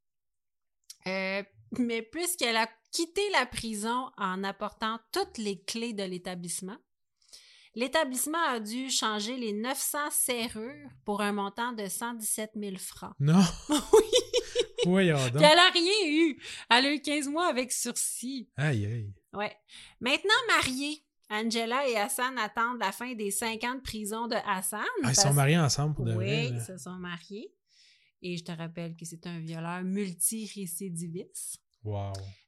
Mais puisqu'elle a quitté la prison en apportant toutes les clés de l'établissement a dû changer les 900 serrures pour un montant de 117 000 francs. Non! Oui! Voyons donc. Puis elle n'a rien eu. Elle a eu 15 mois avec sursis. Aïe, aïe. Ouais. Maintenant mariée, Angela et Hassan attendent la fin des 5 ans de prison de Hassan. Ah, ils sont mariés ensemble pour de vrai. Oui, là. ils se sont mariés. Et je te rappelle que c'est un violeur multirécidiviste. Wow.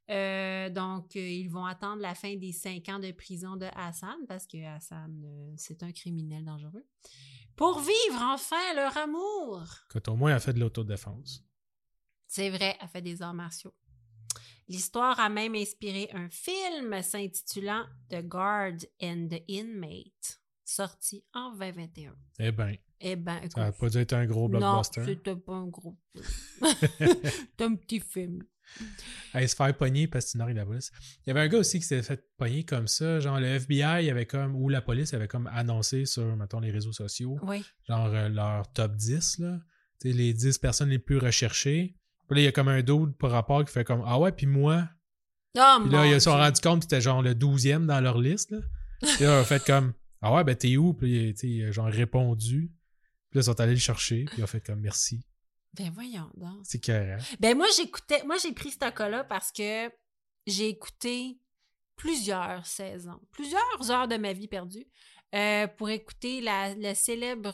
Donc, ils vont attendre la fin des 5 ans de prison de Hassan parce que Hassan, c'est un criminel dangereux. Pour vivre enfin leur amour. Quand au moins, elle a fait de l'autodéfense. C'est vrai, elle fait des arts martiaux. L'histoire a même inspiré un film s'intitulant The Guard and the Inmate, sorti en 2021. Eh bien, Écoute, ça n'a pas dû être un gros blockbuster. Non, c'était pas un gros film. C'était un petit film. Elle se faire pogner parce que sinon, il la police. Il y avait un gars aussi qui s'est fait pogner comme ça. Genre, le FBI avait comme, ou la police avait comme annoncé sur, mettons, les réseaux sociaux, Oui. genre leur top 10, là. Tu sais, les 10 personnes les plus recherchées. Puis là, il y a comme un dude par rapport qui fait comme, ah ouais, puis moi. Oh, Puis là, ils se sont rendus compte que c'était genre le 12e dans leur liste, là. Puis là, ils ont fait comme, ah ouais, ben t'es où? Puis tu sais, il a genre répondu. Puis là, ils sont allés le chercher. Puis ils ont fait comme, merci. Ben voyons donc. C'est carré. Ben moi, j'ai pris ce cas-là parce que j'ai écouté plusieurs saisons, plusieurs heures de ma vie perdue pour écouter la célèbre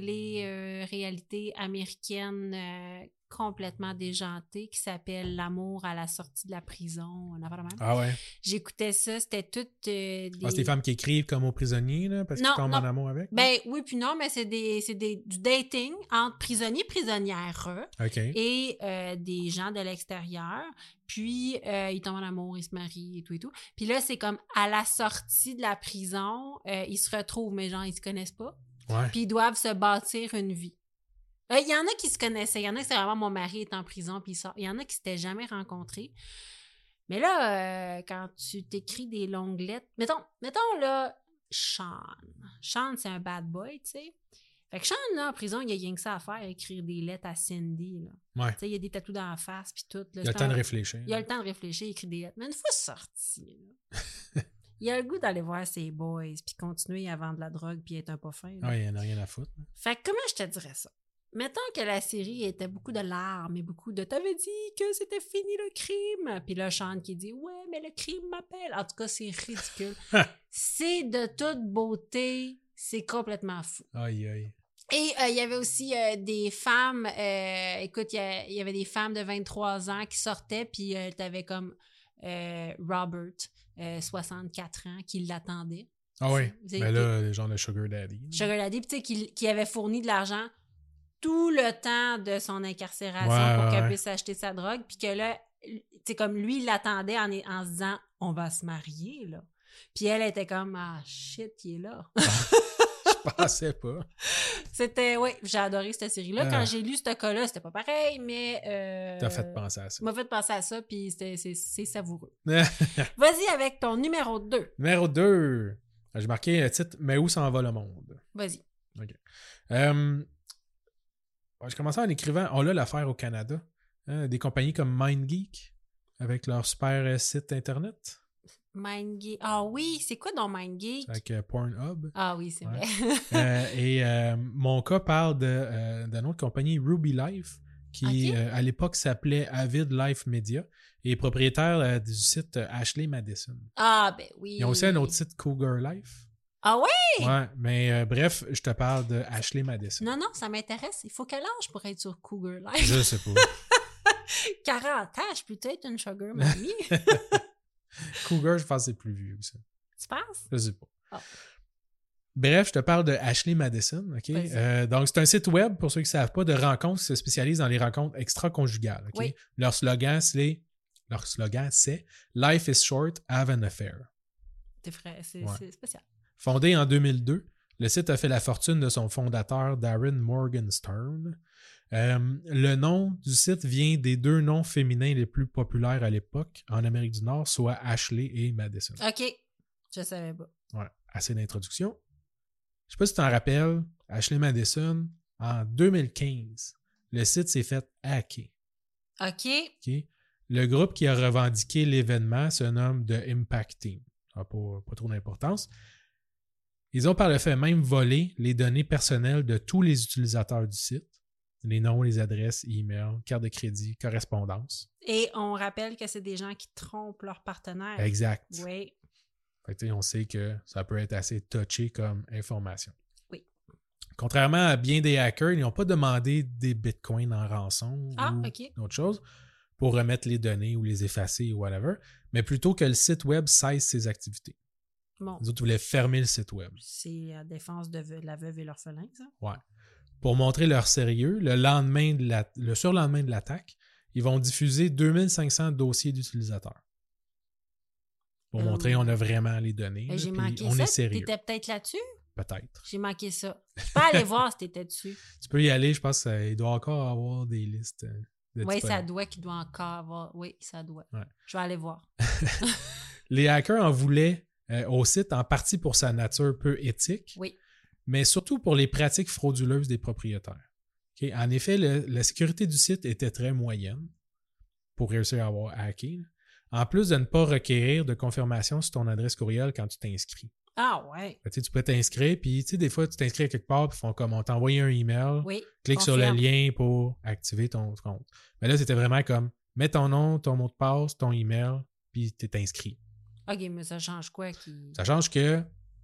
télé-réalité américaine complètement déjantée qui s'appelle L'amour à la sortie de la prison. Ah ouais. J'écoutais ça, c'était toutes des... Ah, c'est des femmes qui écrivent comme aux prisonniers, là, parce qu'ils tombent en amour avec? Ben oui, puis non, mais c'est du dating entre prisonniers et prisonnières OK. et des gens de l'extérieur. Puis, ils tombent en amour, ils se marient et tout et tout. Puis là, c'est comme à la sortie de la prison, ils se retrouvent, mais genre, ils se connaissent pas. Ouais. Puis ils doivent se bâtir une vie. Il y en a qui se connaissaient. Il y en a qui c'est vraiment mon mari est en prison, puis il sort. Il y en a qui s'étaient jamais rencontrés. Mais là, quand tu t'écris des longues lettres... Mettons là, Sean. Sean, c'est un bad boy, tu sais. Fait que Sean, là, en prison, il y a rien que ça à faire, écrire des lettres à Cindy, là. Ouais. Tu sais, il y a des tatous dans la face, puis tout. Là, Il a le temps de réfléchir. Il a le temps de réfléchir, il écrit des lettres. Mais une fois sorti, là, il a le goût d'aller voir ses boys, puis continuer à vendre de la drogue, puis être un pas fin. Ouais, il n'y en a rien à foutre. Fait que comment je te dirais ça? Mettons que la série était beaucoup de larmes et beaucoup de « T'avais dit que c'était fini le crime! » Puis là, Sean qui dit « Ouais, mais le crime m'appelle! » En tout cas, c'est ridicule. C'est de toute beauté. C'est complètement fou. Aïe, aïe. Et il y avait aussi des femmes... écoute, il y avait des femmes de 23 ans qui sortaient, puis t'avais comme Robert, 64 ans, qui l'attendait. Ah oui, mais là, genre le Sugar Daddy. Sugar Daddy, puis tu sais, qui avait fourni de l'argent tout le temps de son incarcération pour qu'elle puisse acheter sa drogue, puis que là, tu sais, comme lui, il l'attendait en se disant « On va se marier, là. » Puis elle était comme « Ah, shit, il est là. » Je pensais pas. C'était, oui, j'ai adoré cette série-là. Quand j'ai lu ce cas-là, c'était pas pareil, mais... T'as fait penser à ça. M'a fait penser à ça, puis c'est savoureux. Vas-y avec ton numéro 2. Numéro 2. J'ai marqué un titre « Mais où s'en va le monde? » Vas-y. OK. Je commençais en écrivant « On a l'affaire au Canada. Hein, des compagnies comme MindGeek avec leur super site Internet. MindGeek. Ah oui, c'est quoi dans MindGeek? Avec Pornhub. Ah oui, c'est Ouais. vrai. Mon cas parle d'une autre compagnie, Ruby Life, qui à l'époque s'appelait Avid Life Media et est propriétaire du site Ashley Madison. Ah ben oui. Ils ont aussi un autre site, Cougar Life. Ah ouais? Ouais, mais bref, je te parle de Ashley Madison. Non, ça m'intéresse. Il faut quel âge pour être sur Cougar Life? Je sais pas. 40 ans, je peux être une sugar mommy. Cougar, je pense que c'est plus vieux que ça. Tu penses? Je sais pas. Oh. Bref, je te parle de Ashley Madison. OK? Donc, c'est un site web, pour ceux qui ne savent pas, de rencontres qui se spécialise dans les rencontres extra-conjugales. OK? Oui. Leur slogan, c'est Life is short, have an affair. C'est vrai, c'est spécial. Fondé en 2002, le site a fait la fortune de son fondateur, Darren Morgenstern. Le nom du site vient des deux noms féminins les plus populaires à l'époque en Amérique du Nord, soit Ashley et Madison. OK. Je savais pas. Ouais, assez d'introduction. Je sais pas si tu t'en rappelles, Ashley Madison, en 2015, le site s'est fait hacker. OK. Le groupe qui a revendiqué l'événement se nomme The Impact Team. Ça n'a pas trop d'importance. Ils ont par le fait même volé les données personnelles de tous les utilisateurs du site. Les noms, les adresses, emails, cartes de crédit, correspondance. Et on rappelle que c'est des gens qui trompent leurs partenaires. Exact. Oui. Fait que, on sait que ça peut être assez touché comme information. Oui. Contrairement à bien des hackers, ils n'ont pas demandé des bitcoins en rançon ou d'autres choses pour remettre les données ou les effacer ou whatever, mais plutôt que le site web cesse ses activités. Bon. Les autres voulaient fermer le site web. C'est la défense de la veuve et l'orphelin, ça? Ouais. Pour montrer leur sérieux, le surlendemain de l'attaque, ils vont diffuser 2500 dossiers d'utilisateurs. Pour montrer qu'on a vraiment les données. J'ai puis manqué on ça. est sérieux. T'étais peut-être là-dessus? Peut-être. J'ai manqué ça. Je peux aller voir si t'étais dessus. Tu peux y aller, je pense qu'il doit encore avoir des listes. Oui, ça doit qu'il doit encore avoir. Oui, ça doit. Ouais. Je vais aller voir. Les hackers en voulaient au site en partie pour sa nature peu éthique, oui, mais surtout pour les pratiques frauduleuses des propriétaires. Okay? En effet, la sécurité du site était très moyenne pour réussir à avoir hacké, en plus de ne pas requérir de confirmation sur ton adresse courriel quand tu t'inscris. Ah ouais. Tu peux t'inscrire, puis des fois, tu t'inscris à quelque part, puis ils font comme on t'a envoyé un email, clique sur le lien pour activer ton compte. Mais là, c'était vraiment comme mets ton nom, ton mot de passe, ton email, puis tu es inscrit. OK, mais ça change quoi? Ça change que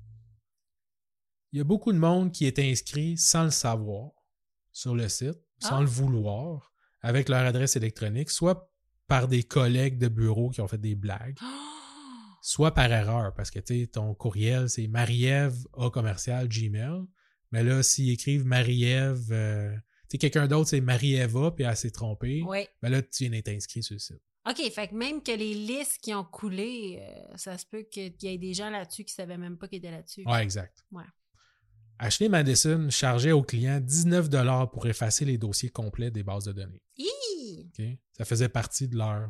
il y a beaucoup de monde qui est inscrit sans le savoir sur le site, sans le vouloir, avec leur adresse électronique, soit par des collègues de bureau qui ont fait des blagues, soit par erreur, parce que ton courriel, c'est marieve@gmail, mais là, s'ils écrivent Marie-Ève, quelqu'un d'autre, c'est Marie-Eva, puis elle s'est trompée, ben là, tu viens d'être inscrit sur le site. OK, fait que même que les listes qui ont coulé, ça se peut qu'il y ait des gens là-dessus qui ne savaient même pas qu'ils étaient là-dessus. Ouais, exact. Ouais. Ashley Madison chargeait aux clients 19 $ pour effacer les dossiers complets des bases de données. Okay? Ça faisait partie de leur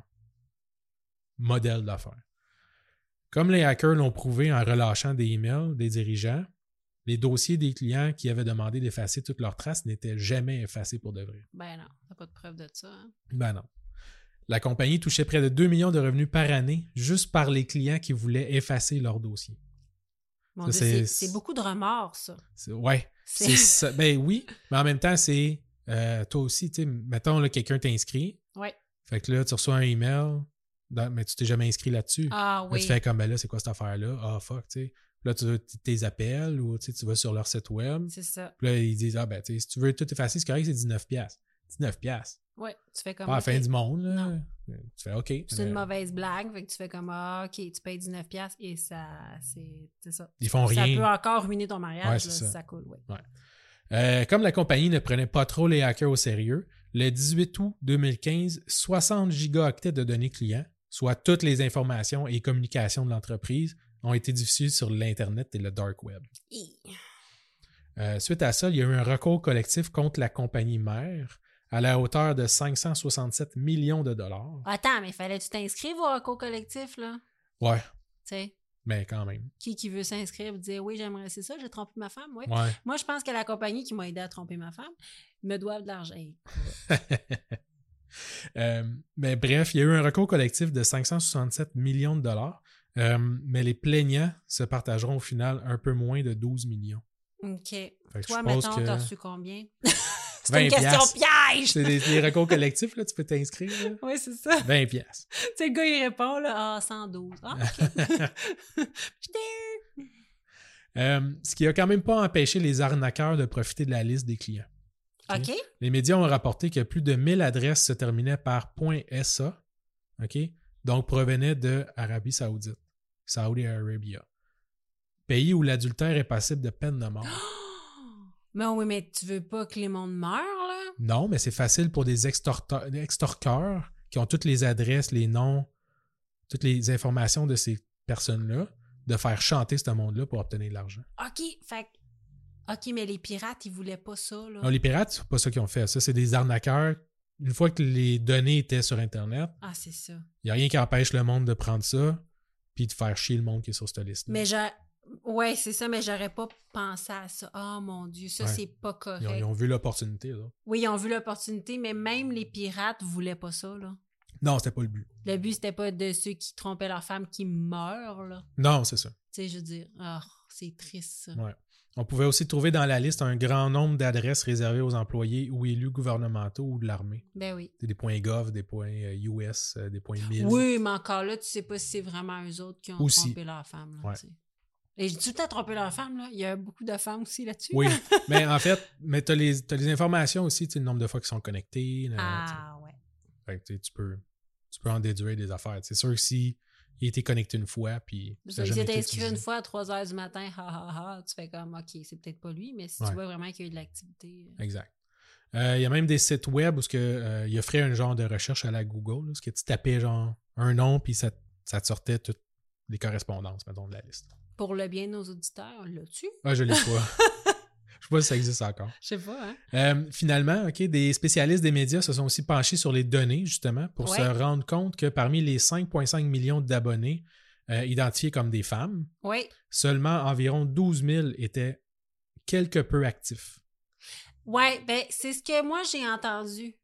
modèle d'affaires. Comme les hackers l'ont prouvé en relâchant des emails des dirigeants, les dossiers des clients qui avaient demandé d'effacer toutes leurs traces n'étaient jamais effacés pour de vrai. Ben non, t'as pas de preuve de ça. Hein? Ben non. La compagnie touchait près de 2 millions de revenus par année juste par les clients qui voulaient effacer leurs dossiers. Mon Dieu, c'est beaucoup de remords, ça. Ouais. Ça, ben oui, mais en même temps, c'est toi aussi, tu sais, mettons, là, quelqu'un t'inscrit. Oui. Fait que là, tu reçois un email, mais tu t'es jamais inscrit là-dessus. Ah oui. Là, tu fais comme, ben là, c'est quoi cette affaire-là? Ah, fuck, tu sais. Là, tu tes appels ou tu vas sur leur site web. C'est ça. Puis là, ils disent, ah, ben, tu sais, si tu veux tout effacer, c'est correct, c'est 19$. 19$. Oui, tu fais comme. Pas à la fin du monde, là. Non. Tu fais OK. C'est une mauvaise blague, fait que tu fais comme OK, tu payes 19$ et ça, c'est ça. Ils font rien. Ça peut encore ruiner ton mariage, ouais, là, si ça coule, oui. Ouais. Comme la compagnie ne prenait pas trop les hackers au sérieux, le 18 août 2015, 60 gigaoctets de données clients, soit toutes les informations et communications de l'entreprise, ont été diffusées sur l'Internet et le Dark Web. Suite à ça, il y a eu un recours collectif contre la compagnie mère à la hauteur de 567 millions de dollars. Attends, mais fallait-tu t'inscrire au recours collectif, là? Ouais. Tu sais. Mais quand même. Qui veut s'inscrire et dire oui, j'aimerais, c'est ça, j'ai trompé ma femme, ouais. Ouais. Moi, je pense que la compagnie qui m'a aidé à tromper ma femme me doit de l'argent. Mais bref, il y a eu un recours collectif de 567 millions de dollars, mais les plaignants se partageront au final un peu moins de 12 millions. OK. Fait que Toi, je pense mettons, que t'as reçu combien? C'est 20 une question piastres. piège! C'est des recours collectifs, là, tu peux t'inscrire. Là. Oui, c'est ça. 20 piastres. Tu sais, le gars, il répond, là, 112. Ah, OK. Ce qui a quand même pas empêché les arnaqueurs de profiter de la liste des clients. OK. Les médias ont rapporté que plus de 1000 adresses se terminaient par .sa, OK? Donc provenaient de Arabie Saoudite, Saudi Arabia, pays où l'adultère est passible de peine de mort. Mais oui, mais tu veux pas que les mondes meurent, là? Non, mais c'est facile pour des extorqueurs qui ont toutes les adresses, les noms, toutes les informations de ces personnes-là, de faire chanter ce monde-là pour obtenir de l'argent. OK, fait OK, mais les pirates, ils voulaient pas ça, là. Non, les pirates, c'est pas ça qu'ils ont fait. Ça, c'est des arnaqueurs. Une fois que les données étaient sur Internet, Ah, c'est ça. il n'y a rien qui empêche le monde de prendre ça puis de faire chier le monde qui est sur cette liste. Mais ouais, c'est ça, mais j'aurais pas pensé à ça. Oh mon Dieu, ça, Ouais. c'est pas correct. Ils ont vu l'opportunité. Là. Oui, ils ont vu l'opportunité, mais même les pirates voulaient pas ça, là. Non, c'était pas le but. Le but, c'était pas de ceux qui trompaient leur femme qui meurent, là. Non, c'est ça. Tu sais, je veux dire, c'est triste, ça. Ouais. On pouvait aussi trouver dans la liste un grand nombre d'adresses réservées aux employés ou élus gouvernementaux ou de l'armée. Ben oui. Des points .gov, des points US, des points 1000. Oui, mais encore là, tu sais pas si c'est vraiment eux autres qui ont Aussi. trompé leur femme, là, Ouais. tu sais. Et j'ai tout le temps trompé leur femme, là. Il y a beaucoup de femmes aussi là-dessus. Oui, mais en fait, t'as les informations aussi, tu sais, le nombre de fois qu'ils sont connectés. Ah, ouais. Fait que, tu peux en déduire des affaires. C'est sûr que si il a été connecté une fois, puis Il ça jamais s'est été inscrit utilisé. une fois à 3h du matin, tu fais comme, OK, c'est peut-être pas lui, mais si Ouais. tu vois vraiment qu'il y a eu de l'activité. Exact. Il y a même des sites web où il offrait un genre de recherche à la Google, là, où tu tapais genre un nom, puis ça te sortait toutes les correspondances, mettons, de la liste. Pour le bien de nos auditeurs, là-dessus? Ah, je l'ai pas. Je sais pas si ça existe encore. Je sais pas, hein? Finalement, OK, des spécialistes des médias se sont aussi penchés sur les données, justement, pour Ouais. se rendre compte que parmi les 5,5 millions d'abonnés identifiés comme des femmes, Oui. seulement environ 12 000 étaient quelque peu actifs. Ouais, ben, c'est ce que moi j'ai entendu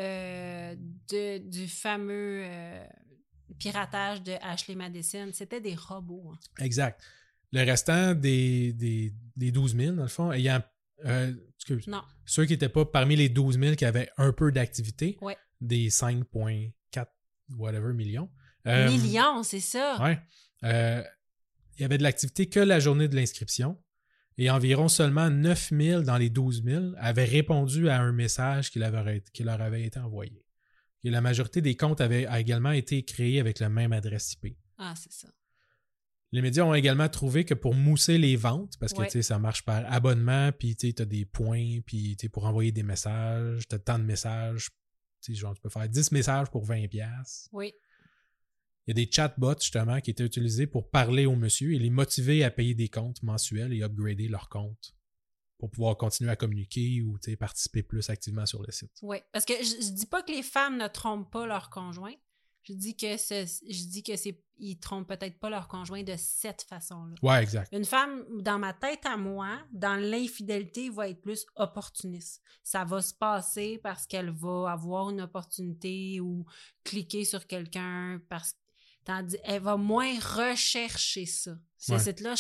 du fameux piratage de Ashley Madison. C'était des robots. Hein. Exact. Le restant des 12 000, dans le fond, ayant... excuse. Non. Ceux qui n'étaient pas parmi les 12 000 qui avaient un peu d'activité, Ouais. des 5,4 whatever millions. Millions, c'est ça. Ouais. Il y avait de l'activité que la journée de l'inscription et environ seulement 9 000 dans les 12 000 avaient répondu à un message qui leur avait été envoyé. Et la majorité des comptes a également été créés avec la même adresse IP. Ah, c'est ça. Les médias ont également trouvé que pour mousser les ventes, parce que Ouais. tu sais, ça marche par abonnement, puis tu as des points, puis pour envoyer des messages, tu as tant de messages, genre tu peux faire 10 messages pour 20$. Oui. Il y a des chatbots, justement, qui étaient utilisés pour parler aux monsieur et les motiver à payer des comptes mensuels et upgrader leur compte pour pouvoir continuer à communiquer ou participer plus activement sur le site. Oui. Parce que je dis pas que les femmes ne trompent pas leur conjoint. Je dis que ils trompent peut-être pas leur conjoint de cette façon-là. Ouais, exact. Une femme, dans ma tête à moi, dans l'infidélité, va être plus opportuniste. Ça va se passer parce qu'elle va avoir une opportunité ou cliquer sur quelqu'un parce tandis elle va moins rechercher ça. Ce Ouais. site-là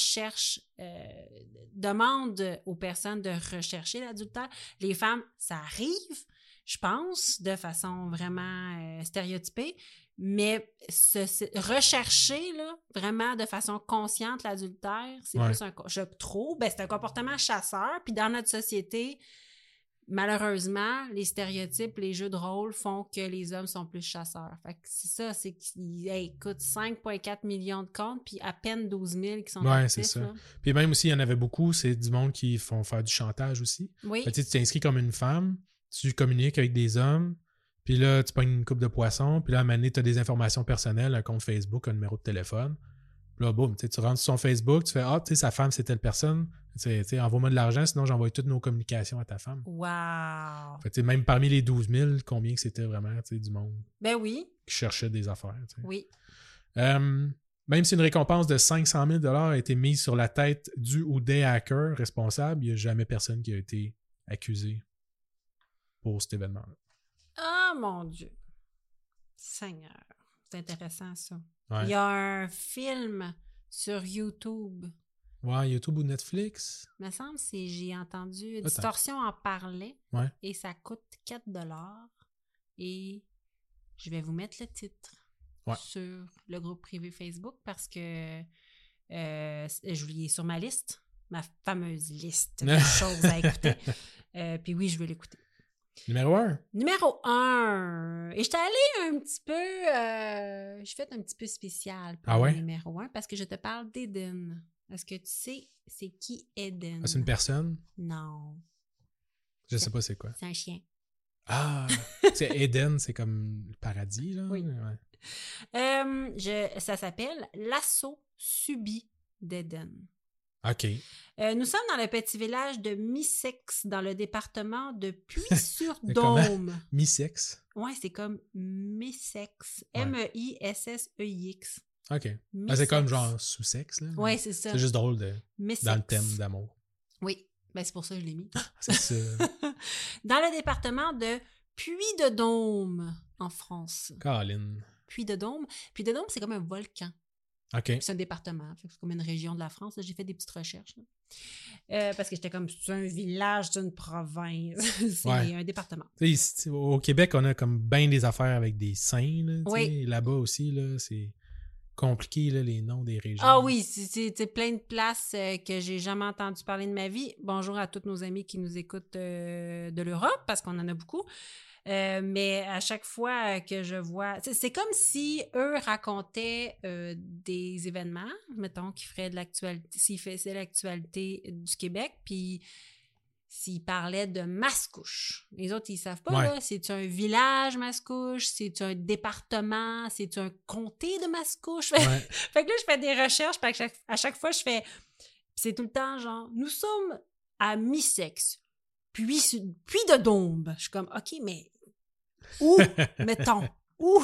demande aux personnes de rechercher l'adultère. Les femmes, ça arrive, je pense, de façon vraiment stéréotypée, mais rechercher là, vraiment de façon consciente l'adultère, c'est Ouais. plus je trouve, c'est un comportement chasseur, puis dans notre société, malheureusement, les stéréotypes, les jeux de rôle font que les hommes sont plus chasseurs. Fait que c'est ça, c'est qu'ils écoute 5,4 millions de comptes, puis à peine 12 000 qui sont Ouais, actifs. c'est ça. Là. Puis même aussi, il y en avait beaucoup, c'est du monde qui font faire du chantage aussi. Oui. Fait que, tu t'inscris comme une femme, tu communiques avec des hommes, puis là, tu pognes une coupe de poisson, puis là, à un moment donné, tu as des informations personnelles, un compte Facebook, un numéro de téléphone. Puis là, boum, tu rentres sur son Facebook, tu fais « Ah, tu sais, sa femme, c'est telle personne. Envoie-moi de l'argent, sinon j'envoie toutes nos communications à ta femme. » Wow! Fait que, même parmi les 12 000, combien que c'était vraiment du monde Ben oui, qui cherchait des affaires. T'sais. oui. Ben Même si une récompense de 500 000 $ a été mise sur la tête du ou des hackers responsables, il n'y a jamais personne qui a été accusé pour cet événement-là. Ah, mon Dieu. Seigneur. C'est intéressant, ça. Ouais. Il y a un film sur YouTube. Ouais, YouTube ou Netflix? Il me semble que j'ai entendu Peut-être. Distorsion en parlait. Ouais. Et ça coûte 4 $. Et je vais vous mettre le titre sur le groupe privé Facebook parce que je l'ai sur ma liste, ma fameuse liste de choses à écouter. Puis oui, je vais l'écouter. Numéro 1. Numéro 1. Et j'étais allée un petit peu... j'ai fait un petit peu spécial pour le numéro 1 parce que je te parle d'Eden. Est-ce que tu sais c'est qui Eden? Ah, c'est une personne? Non. Je sais pas c'est quoi. C'est un chien. Ah! C'est Eden, c'est comme le paradis, là? Oui. Ouais. Ça s'appelle L'assaut subi d'Eden. OK. Nous sommes dans le petit village de Missex, dans le département de Puy-sur-Dôme. Mi-sexe? Ouais, c'est comme Missex. Ouais. M-E-I-S-S-E-I-X. OK. Missex. Ah, c'est comme genre sous-sexe, là? Ouais, c'est ça. C'est juste drôle Missex. dans le thème d'amour. Oui, ben, c'est pour ça que je l'ai mis. C'est ça. Dans le département de Puy-de-Dôme, en France. Caroline. Puy-de-Dôme. Puy-de-Dôme, c'est comme un volcan. OK. C'est un département, c'est comme une région de la France. Là, j'ai fait des petites recherches. Parce que j'étais comme, c'est un village, c'est une province. C'est un département. Ici, au Québec, on a comme bien des affaires avec des saints. Là, oui. Là-bas aussi, là, c'est compliqué, là, les noms des régions. Ah oui, c'est plein de places que j'ai jamais entendu parler de ma vie. Bonjour à tous nos amis qui nous écoutent de l'Europe, parce qu'on en a beaucoup. Mais à chaque fois que je vois... C'est comme si eux racontaient des événements, mettons, qui feraient de l'actualité, s'ils faisaient l'actualité du Québec, puis s'ils parlaient de Mascouche. Les autres, ils savent pas, là. C'est-tu un village Mascouche? C'est-tu un département? C'est-tu un comté de Mascouche? Fait que là, je fais des recherches, puis à chaque fois, je fais... C'est tout le temps genre, nous sommes à mi-sexe. Puis de Dôme. Je suis comme, OK, mais où, mettons? Où?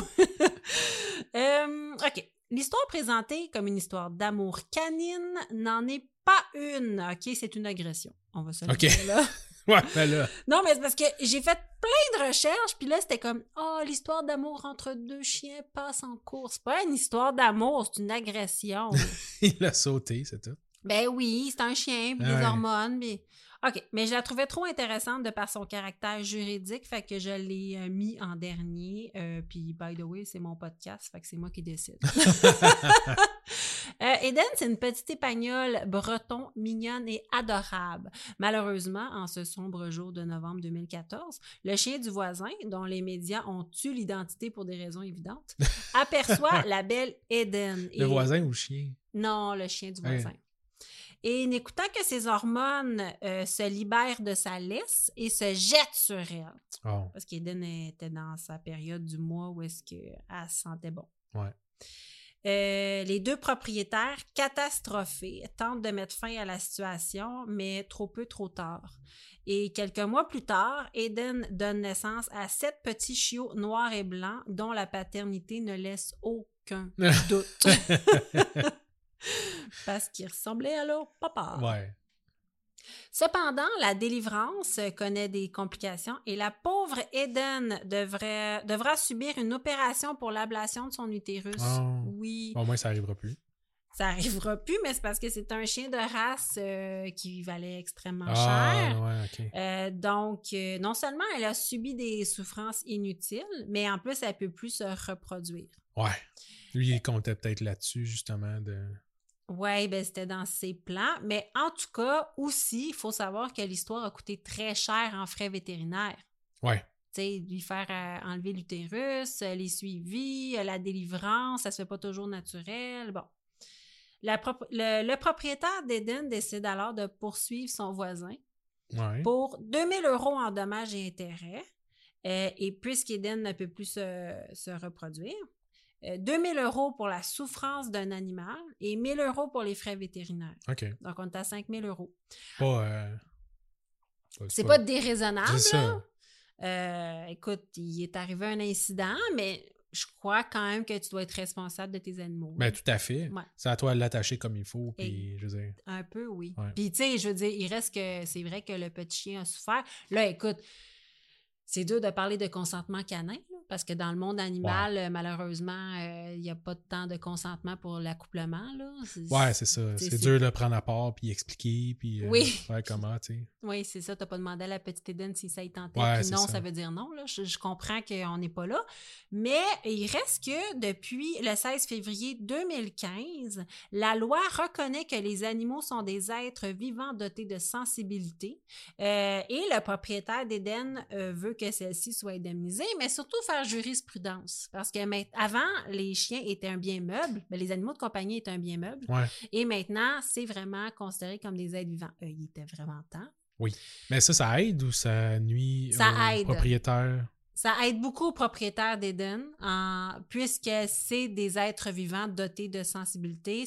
OK. L'histoire présentée comme une histoire d'amour canine n'en est pas une. OK, c'est une agression. On va se le dire, là. Ouais, ben là. Non, mais c'est parce que j'ai fait plein de recherches, puis là, c'était comme, l'histoire d'amour entre deux chiens passe en cours. C'est pas une histoire d'amour, c'est une agression. Il a sauté, c'est tout. Ben oui, c'est un chien, puis des hormones, puis... OK, mais je la trouvais trop intéressante de par son caractère juridique, fait que je l'ai mis en dernier. Puis, by the way, c'est mon podcast, fait que c'est moi qui décide. Eden, c'est une petite épagnole breton, mignonne et adorable. Malheureusement, en ce sombre jour de novembre 2014, le chien du voisin, dont les médias ont tué l'identité pour des raisons évidentes, aperçoit la belle Eden. Le voisin ou le chien? Non, le chien du voisin. Et n'écoutant que ses hormones se libèrent de sa laisse et se jettent sur elle. Oh. Parce qu'Eden était dans sa période du mois où est-ce qu'elle se sentait bon. Ouais. Les deux propriétaires, catastrophés, tentent de mettre fin à la situation, mais trop peu, trop tard. Et quelques mois plus tard, Eden donne naissance à 7 petits chiots noirs et blancs dont la paternité ne laisse aucun doute. Parce qu'ils ressemblaient à leur papa. Ouais. Cependant, la délivrance connaît des complications et la pauvre Eden devra subir une opération pour l'ablation de son utérus. Oh. Oui. Au moins, ça n'arrivera plus. Ça n'arrivera plus, mais c'est parce que c'est un chien de race qui valait extrêmement cher. Ah, ouais, OK. Donc, non seulement elle a subi des souffrances inutiles, mais en plus, elle ne peut plus se reproduire. Ouais. Lui, il comptait peut-être là-dessus, justement, de... Oui, ben c'était dans ses plans. Mais en tout cas, aussi, il faut savoir que l'histoire a coûté très cher en frais vétérinaires. Ouais. Tu sais, lui faire enlever l'utérus, les suivis, la délivrance, ça se fait pas toujours naturel. Bon. Le propriétaire d'Eden décide alors de poursuivre son voisin pour 2000 € en dommages et intérêts. Et puisqu'Eden ne peut plus se reproduire, 2000 € pour la souffrance d'un animal et 1000 € pour les frais vétérinaires. OK. Donc, on est à 5000 €. C'est pas déraisonnable. C'est ça. Écoute, il est arrivé un incident, mais je crois quand même que tu dois être responsable de tes animaux. Ben, tout à fait. Ouais. C'est à toi de l'attacher comme il faut. Puis, je veux dire... Un peu, oui. Ouais. Puis, tu sais, je veux dire, il reste que c'est vrai que le petit chien a souffert. Là, écoute, c'est dur de parler de consentement canin, là, parce que dans le monde animal, malheureusement, il n'y a pas tant de consentement pour l'accouplement. Là. Ouais, c'est ça. C'est dur de le prendre à part, puis expliquer, puis faire comment, tu sais. Oui, c'est ça. Tu n'as pas demandé à la petite Eden si ça y tentait. Ouais, puis non, ça. ça veut dire non. Là. Je comprends qu'on n'est pas là. Mais il reste que depuis le 16 février 2015, la loi reconnaît que les animaux sont des êtres vivants dotés de sensibilité. Et le propriétaire d'Eden veut que celle-ci soit indemnisée, mais surtout faire jurisprudence. Parce que avant, les chiens étaient un bien meuble, mais les animaux de compagnie étaient un bien meuble. Ouais. Et maintenant, c'est vraiment considéré comme des êtres vivants. Il était vraiment temps. Oui. Mais ça aide ou ça nuit aux propriétaires? Ça aide beaucoup aux propriétaires d'Eden, puisque c'est des êtres vivants dotés de sensibilité.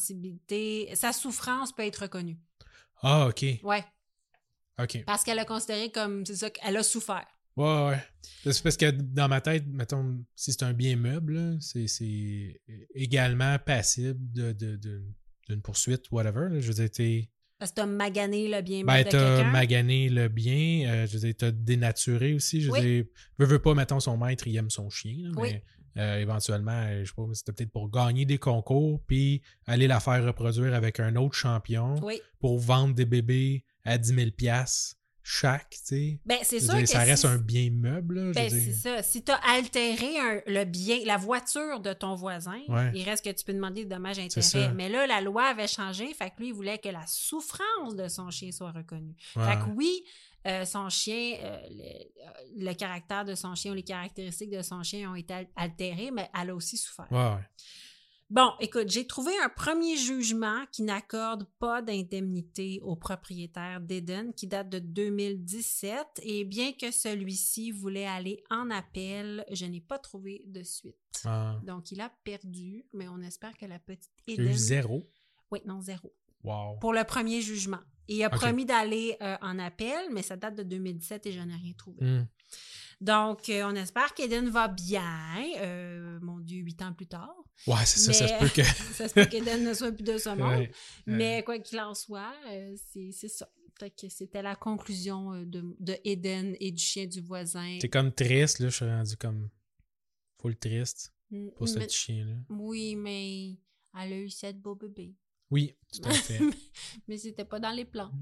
Sa souffrance peut être reconnue. Ah, OK. Ouais. OK. Parce qu'elle a considéré comme, c'est ça, qu'elle a souffert. Ouais. C'est parce que dans ma tête, mettons, si c'est un bien meuble, là, c'est également passible d'une poursuite, whatever. Là. Je veux dire, Parce que t'as magané le bien meuble de t'as quelqu'un. magané le bien, je veux dire, t'as dénaturé aussi. Je veux dire, veux pas, mettons, son maître, il aime son chien, là, mais éventuellement, je sais pas, c'était peut-être pour gagner des concours, puis aller la faire reproduire avec un autre champion pour vendre des bébés à 10 000 $. Chaque, tu sais. Ben, c'est sûr que ça reste un bien meuble, là. Ben, c'est ça. Si tu as altéré le bien, la voiture de ton voisin, il reste que tu peux demander des dommages intérêts. Mais là, la loi avait changé, fait que lui, il voulait que la souffrance de son chien soit reconnue. Fait que oui, son chien, le caractère de son chien ou les caractéristiques de son chien ont été altérées, mais elle a aussi souffert. Ouais. Bon, écoute, j'ai trouvé un premier jugement qui n'accorde pas d'indemnité aux propriétaires d'Eden, qui date de 2017, et bien que celui-ci voulait aller en appel, je n'ai pas trouvé de suite. Donc, il a perdu, mais on espère que la petite Eden... Il y a eu 0? Oui, non, 0. Wow. Pour le premier jugement. Et il a promis d'aller en appel, mais ça date de 2017 et je n'ai rien trouvé. Donc, on espère qu'Eden va bien. Mon Dieu, 8 ans plus tard. Ouais, c'est ça, ça se peut que... ça se peut qu'Eden ne soit plus de ce monde. Mais quoi qu'il en soit, c'est ça. Fait que c'était la conclusion de Eden et du chien du voisin. C'est comme triste, là. Je suis rendu comme full triste pour ce petit chien-là. Oui, mais elle a eu 7 beaux bébés. Oui, tout à fait. Mais c'était pas dans les plans.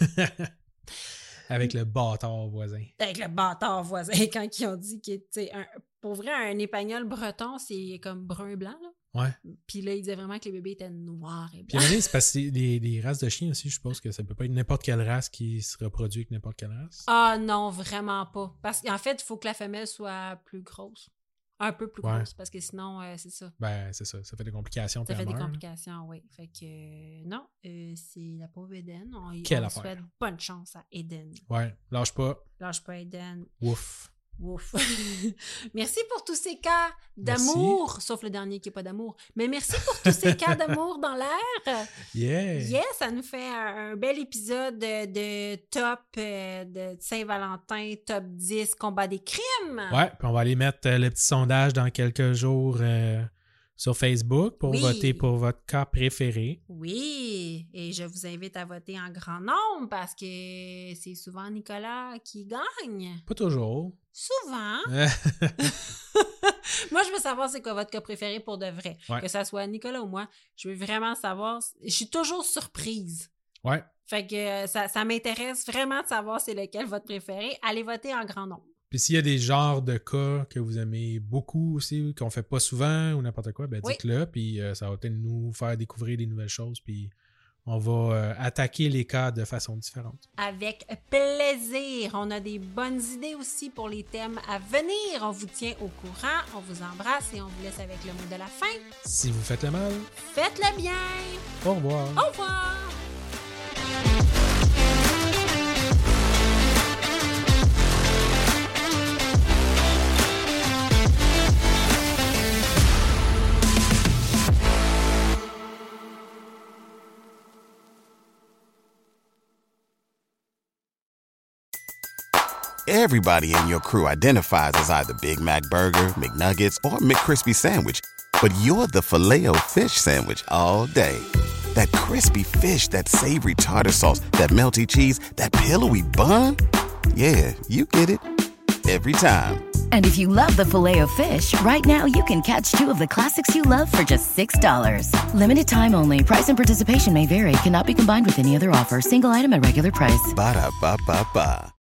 Avec le bâtard voisin. Avec le bâtard voisin, quand ils ont dit que, pour vrai, un épagnol breton, c'est comme brun-blanc, là. Ouais. Puis là, ils disaient vraiment que les bébés étaient noirs et blancs. Puis c'est parce que des races de chiens aussi, je suppose que ça peut pas être n'importe quelle race qui se reproduit avec n'importe quelle race. Ah non, vraiment pas. Parce qu'en fait, il faut que la femelle soit plus grosse. Un peu plus grosse, parce que sinon, c'est ça. Ben, c'est ça. Ça fait des complications. Ça fait des complications, oui. Fait que, non, c'est la pauvre Eden. On souhaite bonne chance à Eden. Ouais, lâche pas. Lâche pas, Eden. Ouf. Ouf. Merci pour tous ces cas d'amour, sauf le dernier qui n'est pas d'amour. Mais merci pour tous ces cas d'amour dans l'air. Yeah, ça nous fait un bel épisode de top de Saint-Valentin, top 10, combat des crimes. Ouais, puis on va aller mettre le petit sondage dans quelques jours sur Facebook pour voter pour votre cas préféré. Oui, et je vous invite à voter en grand nombre parce que c'est souvent Nicolas qui gagne. Pas toujours. Souvent. Moi, je veux savoir c'est quoi votre cas préféré pour de vrai. Ouais. Que ça soit Nicolas ou moi, je veux vraiment savoir. Je suis toujours surprise. Ouais. Fait que ça m'intéresse vraiment de savoir c'est lequel votre préféré. Allez voter en grand nombre. Puis s'il y a des genres de cas que vous aimez beaucoup aussi, qu'on fait pas souvent ou n'importe quoi, ben dites-le, puis ça va peut-être nous faire découvrir des nouvelles choses, puis on va attaquer les cas de façon différente. Avec plaisir! On a des bonnes idées aussi pour les thèmes à venir. On vous tient au courant, on vous embrasse et on vous laisse avec le mot de la fin. Si vous faites le mal, faites-le bien! Au revoir! Au revoir! Everybody in your crew identifies as either Big Mac Burger, McNuggets, or McCrispy Sandwich. But you're the Filet-O-Fish Sandwich all day. That crispy fish, that savory tartar sauce, that melty cheese, that pillowy bun. Yeah, you get it. Every time. And if you love the Filet-O-Fish, right now you can catch 2 of the classics you love for just $6. Limited time only. Price and participation may vary. Cannot be combined with any other offer. Single item at regular price. Ba-da-ba-ba-ba.